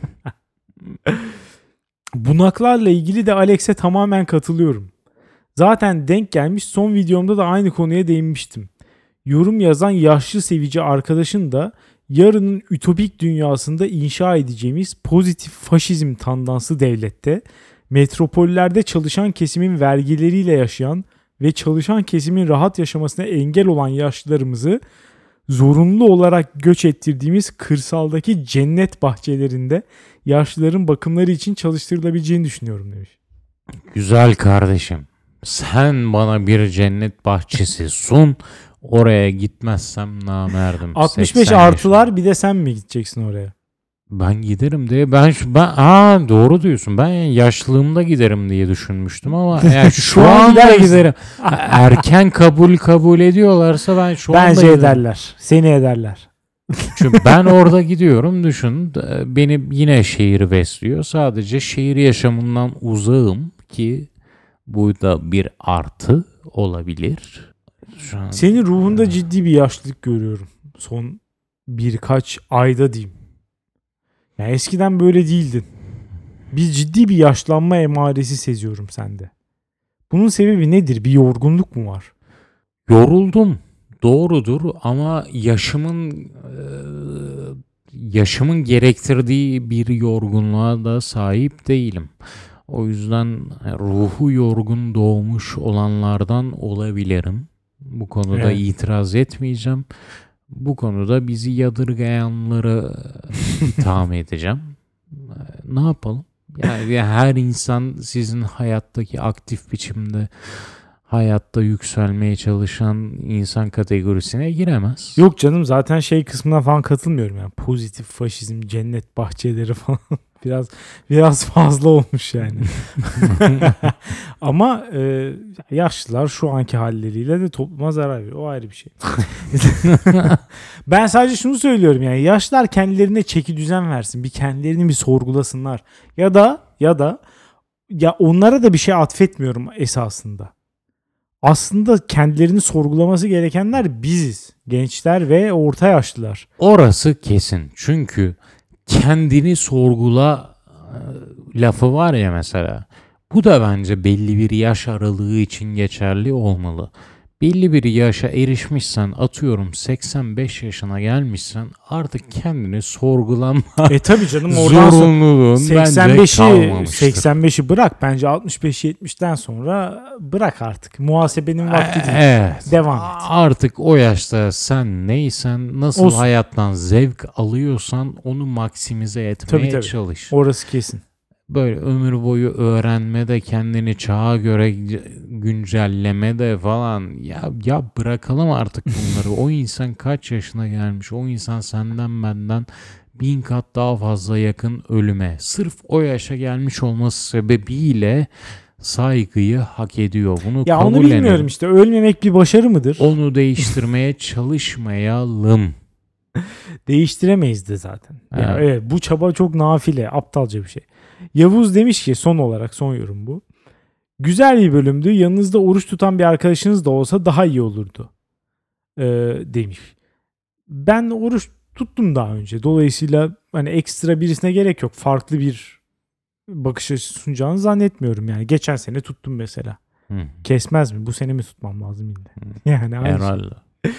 Bunaklarla ilgili de Alex'e tamamen katılıyorum. Zaten denk gelmiş, son videomda da aynı konuya değinmiştim. Yorum yazan yaşlı sevici arkadaşın da yarının ütopik dünyasında inşa edeceğimiz pozitif faşizm tandansı devlette metropollerde çalışan kesimin vergileriyle yaşayan ve çalışan kesimin rahat yaşamasına engel olan yaşlılarımızı zorunlu olarak göç ettirdiğimiz kırsaldaki cennet bahçelerinde yaşlıların bakımları için çalıştırılabileceğini düşünüyorum demiş. Güzel kardeşim. Sen bana bir cennet bahçesi sun. Oraya gitmezsem namerdim. altmış beş seksen artılar yaşında. bir de sen mi gideceksin oraya? Ben giderim diye ben şu ben aa doğru diyorsun. Ben yaşlılığımda giderim diye düşünmüştüm ama yani şu, Şu an anda gider misin? giderim. Erken kabul kabul ediyorlarsa ben şu anda Bence giderim. ederler. Seni ederler. Çünkü ben orada gidiyorum, düşün. Beni yine şehir besliyor. Sadece şehir yaşamından uzağım ki bu da bir artı olabilir. Şu an Senin ruhunda ciddi bir yaşlılık görüyorum. Son birkaç ayda diyeyim. Yani eskiden böyle değildin. Bir ciddi bir yaşlanma emaresi seziyorum sende. Bunun sebebi nedir? Bir yorgunluk mu var? yoruldum. Doğrudur ama yaşımın e, yaşımın gerektirdiği bir yorgunluğa da sahip değilim. O yüzden ruhu yorgun doğmuş olanlardan olabilirim. Bu konuda Evet. itiraz etmeyeceğim. Bu konuda bizi yadırgayanları itham edeceğim. Ne yapalım? Yani her insan sizin hayattaki aktif biçimde hayatta yükselmeye çalışan insan kategorisine giremez. Yok canım, zaten şey kısmına falan katılmıyorum yani. Pozitif faşizm, cennet bahçeleri falan biraz biraz fazla olmuş yani. Ama e, yaşlılar şu anki halleriyle de topluma zarar veriyor. O ayrı bir şey. Ben sadece şunu söylüyorum yani, yaşlılar kendilerine çeki düzen versin. Bir kendilerini bir sorgulasınlar. Ya da ya da ya onlara da bir şey atfetmiyorum esasında. Aslında kendilerini sorgulaması gerekenler biziz. Gençler ve orta yaşlılar. Orası kesin. Çünkü kendini sorgula e, lafı var ya mesela. Bu da bence belli bir yaş aralığı için geçerli olmalı. Belli bir yaşa erişmişsen, atıyorum seksen beş yaşına gelmişsen, artık kendini sorgulama E tabii canım, oradan sonra zorunluluğun seksen bence beşi kalmamıştır. seksen beşi bırak, bence altmış beş yetmişten sonra bırak artık. Muhasebenin vakti değil. Evet. Devam et. Artık o yaşta sen neysen, nasıl Olsun. hayattan zevk alıyorsan onu maksimize etmeye Tabii, tabii. çalış. Orası kesin. Böyle ömür boyu öğrenmede, kendini çağa göre güncellemede falan, ya ya bırakalım artık bunları. O insan kaç yaşına gelmiş? O insan senden benden bin kat daha fazla yakın ölüme. Sırf o yaşa gelmiş olması sebebiyle saygıyı hak ediyor. Bunu Ya onu kabullenelim. bilmiyorum işte. Ölmemek bir başarı mıdır? Onu değiştirmeye çalışmayalım. Değiştiremeyiz de zaten. Ya Evet. evet, bu çaba çok nafile, aptalca bir şey. Yavuz demiş ki, son olarak son yorum bu. Güzel bir bölümdü. Yanınızda oruç tutan bir arkadaşınız da olsa daha iyi olurdu. Ee, demiş. Ben oruç tuttum daha önce. Dolayısıyla hani ekstra birisine gerek yok. Farklı bir bakış açısı sunacağını zannetmiyorum yani. Geçen sene tuttum mesela. Hı. Kesmez mi? Bu sene mi tutmam lazım yine? Yani aynı şey. Herhalde.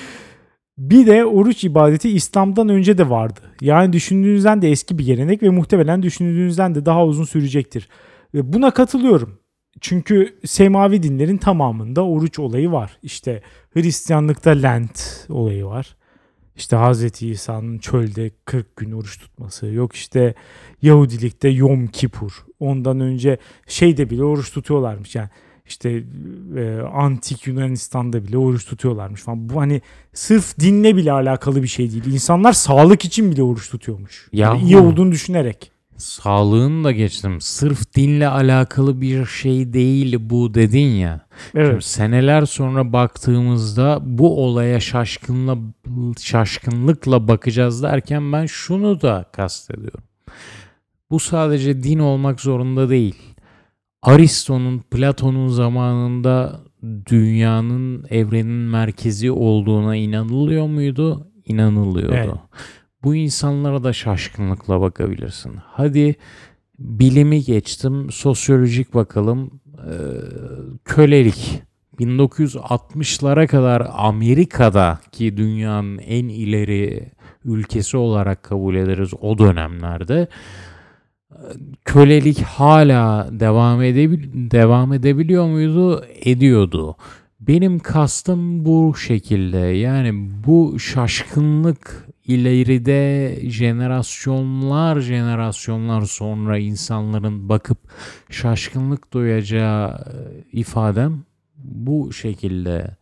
Bir de oruç ibadeti İslam'dan önce de vardı. Yani düşündüğünüzden de eski bir gelenek ve muhtemelen düşündüğünüzden de daha uzun sürecektir. Ve buna katılıyorum. Çünkü semavi dinlerin tamamında oruç olayı var. İşte Hristiyanlıkta Lent olayı var. İşte Hazreti İsa'nın çölde kırk gün oruç tutması. Yok işte Yahudilikte Yom Kipur. Ondan önce şeyde bile oruç tutuyorlarmış yani. İşte e, antik Yunanistan'da bile oruç tutuyorlarmış falan. Bu hani sırf dinle bile alakalı bir şey değil. İnsanlar sağlık için bile oruç tutuyormuş. Yani Yahu. iyi olduğunu düşünerek. Sağlığını da geçtim. Sırf dinle alakalı bir şey değil bu dedin ya. Şimdi Evet. seneler sonra baktığımızda bu olaya şaşkınla şaşkınlıkla bakacağız derken ben şunu da kastediyorum. Bu sadece din olmak zorunda değil. Aristo'nun, Platon'un zamanında dünyanın, evrenin merkezi olduğuna inanılıyor muydu? İnanılıyordu. Evet. Bu insanlara da şaşkınlıkla bakabilirsin. Hadi bilimi geçtim, sosyolojik bakalım. Ee, kölelik. bin dokuz yüz altmışlara kadar Amerika'da, ki dünyanın en ileri ülkesi olarak kabul ederiz o dönemlerde, kölelik hala devam edebil devam edebiliyor muydu? Ediyordu. Benim kastım bu şekilde. Yani bu şaşkınlık ileride jenerasyonlar jenerasyonlar sonra insanların bakıp şaşkınlık duyacağı ifadem bu şekilde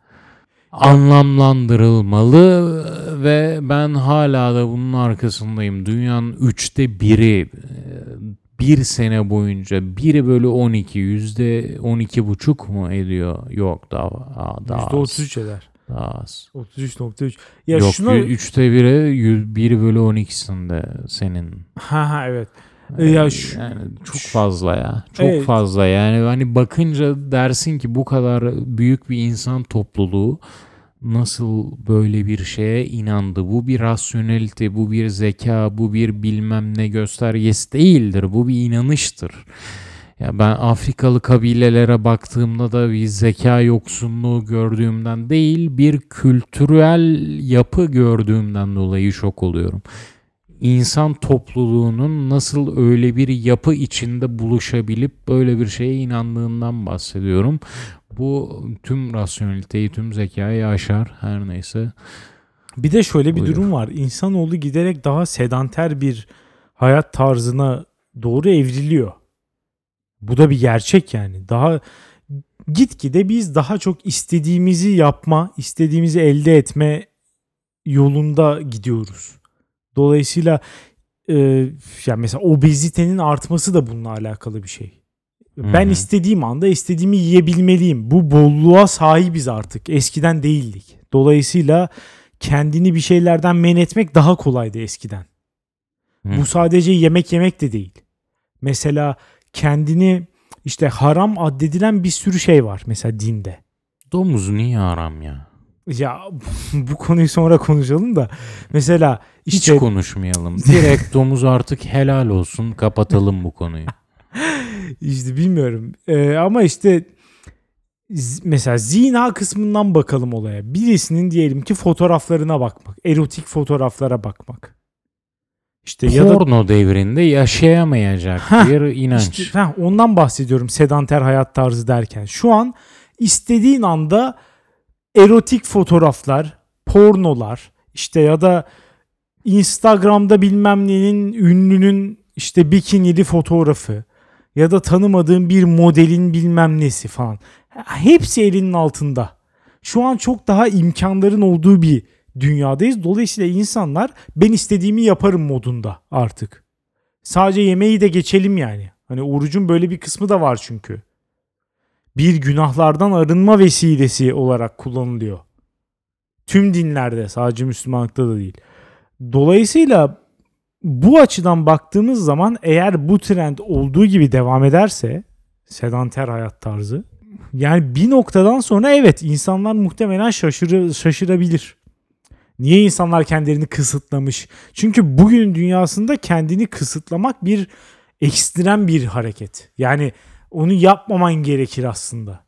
anlamlandırılmalı ve ben hala da bunun arkasındayım. Dünyanın üçte biri bir sene boyunca bir bölü on iki, yüzde on iki buçuk mu ediyor? Yok, daha, daha yüzde otuz üç az. eder. Daha az. otuz üç nokta üç. Ya Yok, şuna... üçte biri bir bölü on ikisinde senin. Ha ha evet. Yani, Ya şu- yani çok fazla ya. Çok Evet. fazla yani, hani bakınca dersin ki bu kadar büyük bir insan topluluğu nasıl böyle bir şeye inandı? Bu bir rasyonelite, bu bir zeka, bu bir bilmem ne göstergesi değildir. Bu bir inanıştır. Ya ben Afrikalı kabilelere baktığımda da bir zeka yoksunluğu gördüğümden değil, bir kültürel yapı gördüğümden dolayı şok oluyorum. insan topluluğunun nasıl öyle bir yapı içinde buluşabilip böyle bir şeye inandığından bahsediyorum. Bu tüm rasyoneliteyi, tüm zekayı aşar, her neyse. Bir de şöyle bir Buyur. durum var. İnsanoğlu giderek daha sedanter bir hayat tarzına doğru evriliyor. Bu da bir gerçek yani. Daha gitgide biz daha çok istediğimizi yapma, istediğimizi elde etme yolunda gidiyoruz. Dolayısıyla e, yani mesela obezitenin artması da bununla alakalı bir şey. Ben Hı-hı. istediğim anda istediğimi yiyebilmeliyim. Bu bolluğa sahibiz artık. Eskiden değildik. Dolayısıyla kendini bir şeylerden men etmek daha kolaydı eskiden. Hı. Bu sadece yemek yemek de değil. Mesela kendini işte haram addedilen bir sürü şey var mesela dinde. Domuz niye haram ya? Ya bu konuyu sonra konuşalım da mesela işte Hiç konuşmayalım. Direkt domuz artık helal olsun, kapatalım bu konuyu. işte bilmiyorum Ee, ama işte z- mesela zina kısmından bakalım olaya. Birisinin diyelim ki fotoğraflarına bakmak, erotik fotoğraflara bakmak. İşte ya da Porno devrinde yaşayamayacak Heh, bir inanç. işte, heh, ondan bahsediyorum sedanter hayat tarzı derken. Şu an istediğin anda erotik fotoğraflar, pornolar işte ya da Instagram'da bilmem nenin ünlünün işte bikinili fotoğrafı ya da tanımadığın bir modelin bilmem nesi falan. Hepsi elinin altında. Şu an çok daha imkanların olduğu bir dünyadayız. Dolayısıyla insanlar ben istediğimi yaparım modunda artık. Sadece yemeği de geçelim yani. Hani orucun böyle bir kısmı da var çünkü. Bir günahlardan arınma vesilesi olarak kullanılıyor. Tüm dinlerde, sadece Müslümanlıkta da değil. Dolayısıyla bu açıdan baktığımız zaman eğer bu trend olduğu gibi devam ederse, sedanter hayat tarzı, yani bir noktadan sonra evet insanlar muhtemelen şaşırı, şaşırabilir. Niye insanlar kendilerini kısıtlamış? Çünkü bugün dünyasında kendini kısıtlamak bir ekstrem bir hareket. Yani onu yapmaman gerekir aslında.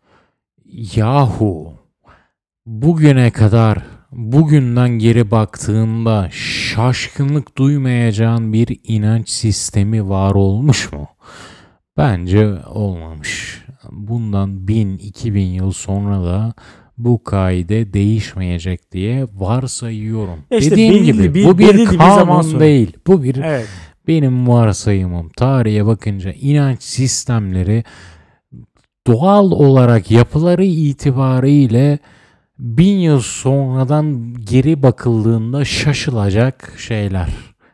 Yahu bugüne kadar, bugünden geri baktığında şaşkınlık duymayacağın bir inanç sistemi var olmuş mu? Bence olmamış. Bundan bin, iki bin yıl sonra da bu kaide değişmeyecek diye varsayıyorum. İşte Dediğim belirli gibi bir- bu bir belirli bir zaman kanun sonra. değil. Bu bir Evet. benim varsayımım. Tarihe bakınca inanç sistemleri doğal olarak yapıları itibariyle bin yıl sonradan geri bakıldığında şaşılacak şeyler.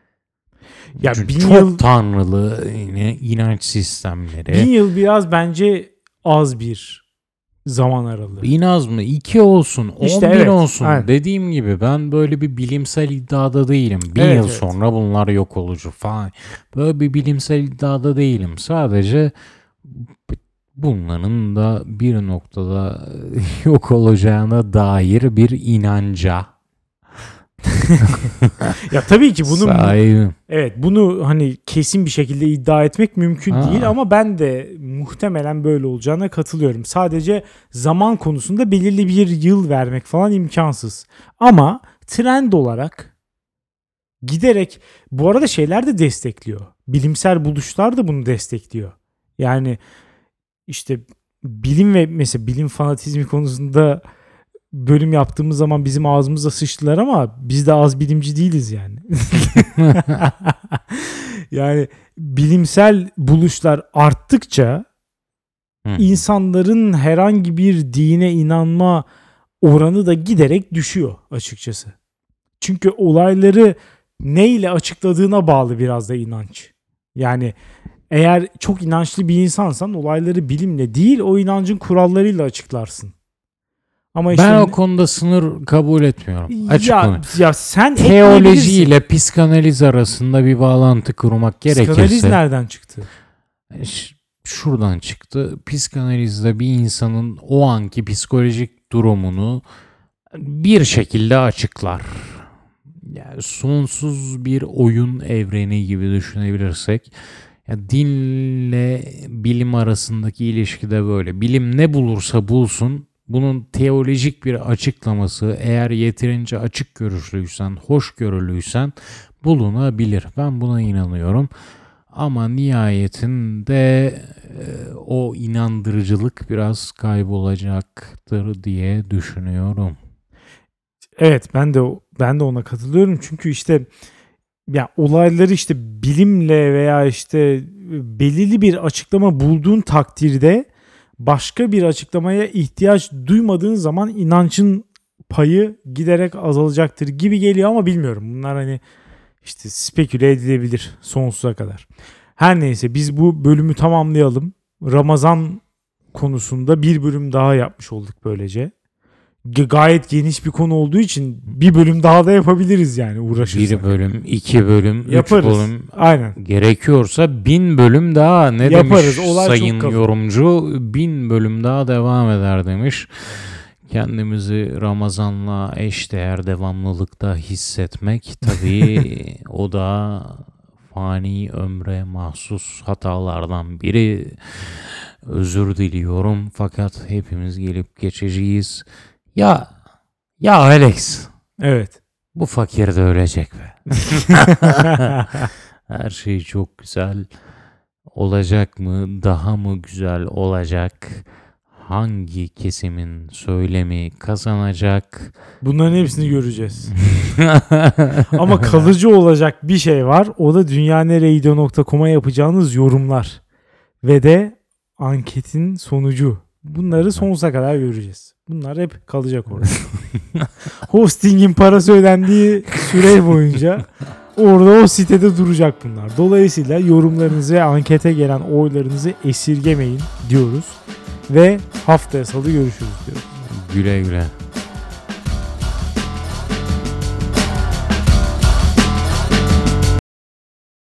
Ya Çünkü bin çok yıl tanrılı yine inanç sistemleri. bin yıl biraz bence az bir zaman aralığı. Bin az mı? İki olsun. On İşte bin evet, olsun. aynen. Dediğim gibi ben böyle bir bilimsel iddiada değilim. Bin Evet, yıl evet. sonra bunlar yok olucu falan. Böyle bir bilimsel iddiada değilim. Sadece bunların da bir noktada yok olacağına dair bir inanca Ya tabii ki bunu sahibim. evet bunu hani kesin bir şekilde iddia etmek mümkün Aa. değil ama ben de muhtemelen böyle olacağına katılıyorum. Sadece zaman konusunda belirli bir yıl vermek falan imkansız. Ama trend olarak giderek bu arada şeyler de destekliyor. Bilimsel buluşlar da bunu destekliyor. Yani işte bilim ve mesela bilim fanatizmi konusunda bölüm yaptığımız zaman bizim ağzımıza sıçtılar ama biz de az bilimci değiliz yani. Yani bilimsel buluşlar arttıkça Hı. insanların herhangi bir dine inanma oranı da giderek düşüyor açıkçası. Çünkü olayları neyle açıkladığına bağlı biraz da inanç. Yani eğer çok inançlı bir insansan olayları bilimle değil o inancın kurallarıyla açıklarsın. Ama işte Ben o konuda sınır kabul etmiyorum. Açık ya, konu. ya sen Teoloji ekleyebilirsin. ile psikanaliz arasında bir bağlantı kurmak Psikanaliz gerekirse nereden çıktı? ş- şuradan çıktı. Psikanalizde bir insanın o anki psikolojik durumunu bir şekilde açıklar. Yani sonsuz bir oyun evreni gibi düşünebilirsek. Ya dinle bilim arasındaki ilişki de böyle. Bilim ne bulursa bulsun bunun teolojik bir açıklaması eğer yeterince açık görüşlüysen, hoşgörülüysen bulunabilir. Ben buna inanıyorum. Ama nihayetinde e, o inandırıcılık biraz kaybolacaktır diye düşünüyorum. Evet, ben de ben de ona katılıyorum. Çünkü işte ya olayları işte bilimle veya işte belirli bir açıklama bulduğun takdirde başka bir açıklamaya ihtiyaç duymadığın zaman inancın payı giderek azalacaktır gibi geliyor ama bilmiyorum. Bunlar hani işte speküle edilebilir sonsuza kadar. Her neyse biz bu bölümü tamamlayalım. Ramazan konusunda bir bölüm daha yapmış olduk böylece. G- gayet geniş bir konu olduğu için bir bölüm daha da yapabiliriz yani uğraşırsak. Bir bölüm, iki bölüm, Yaparız. üç bölüm Aynen. gerekiyorsa bin bölüm daha ne Yaparız. demiş Olay çok sayın kalın. yorumcu, bin bölüm daha devam eder demiş. Kendimizi Ramazan'la eşdeğer devamlılıkta hissetmek tabii o da fani ömre mahsus hatalardan biri. Özür diliyorum fakat hepimiz gelip geçeceğiz. Ya ya Alex, Evet. bu fakir de ölecek be. Her şey çok güzel olacak mı? Daha mı güzel olacak? Hangi kesimin söylemi kazanacak? Bunların hepsini göreceğiz. Ama kalıcı olacak bir şey var. O da dünyaneregidiyor nokta com'a yapacağınız yorumlar. Ve de anketin sonucu. Bunları sonsuza kadar göreceğiz. Bunlar hep kalacak orada. Hosting'in parası ödendiği süre boyunca orada o sitede duracak bunlar. Dolayısıyla yorumlarınızı ve ankete gelen oylarınızı esirgemeyin diyoruz. Ve haftaya salı görüşürüz diyoruz. Güle güle.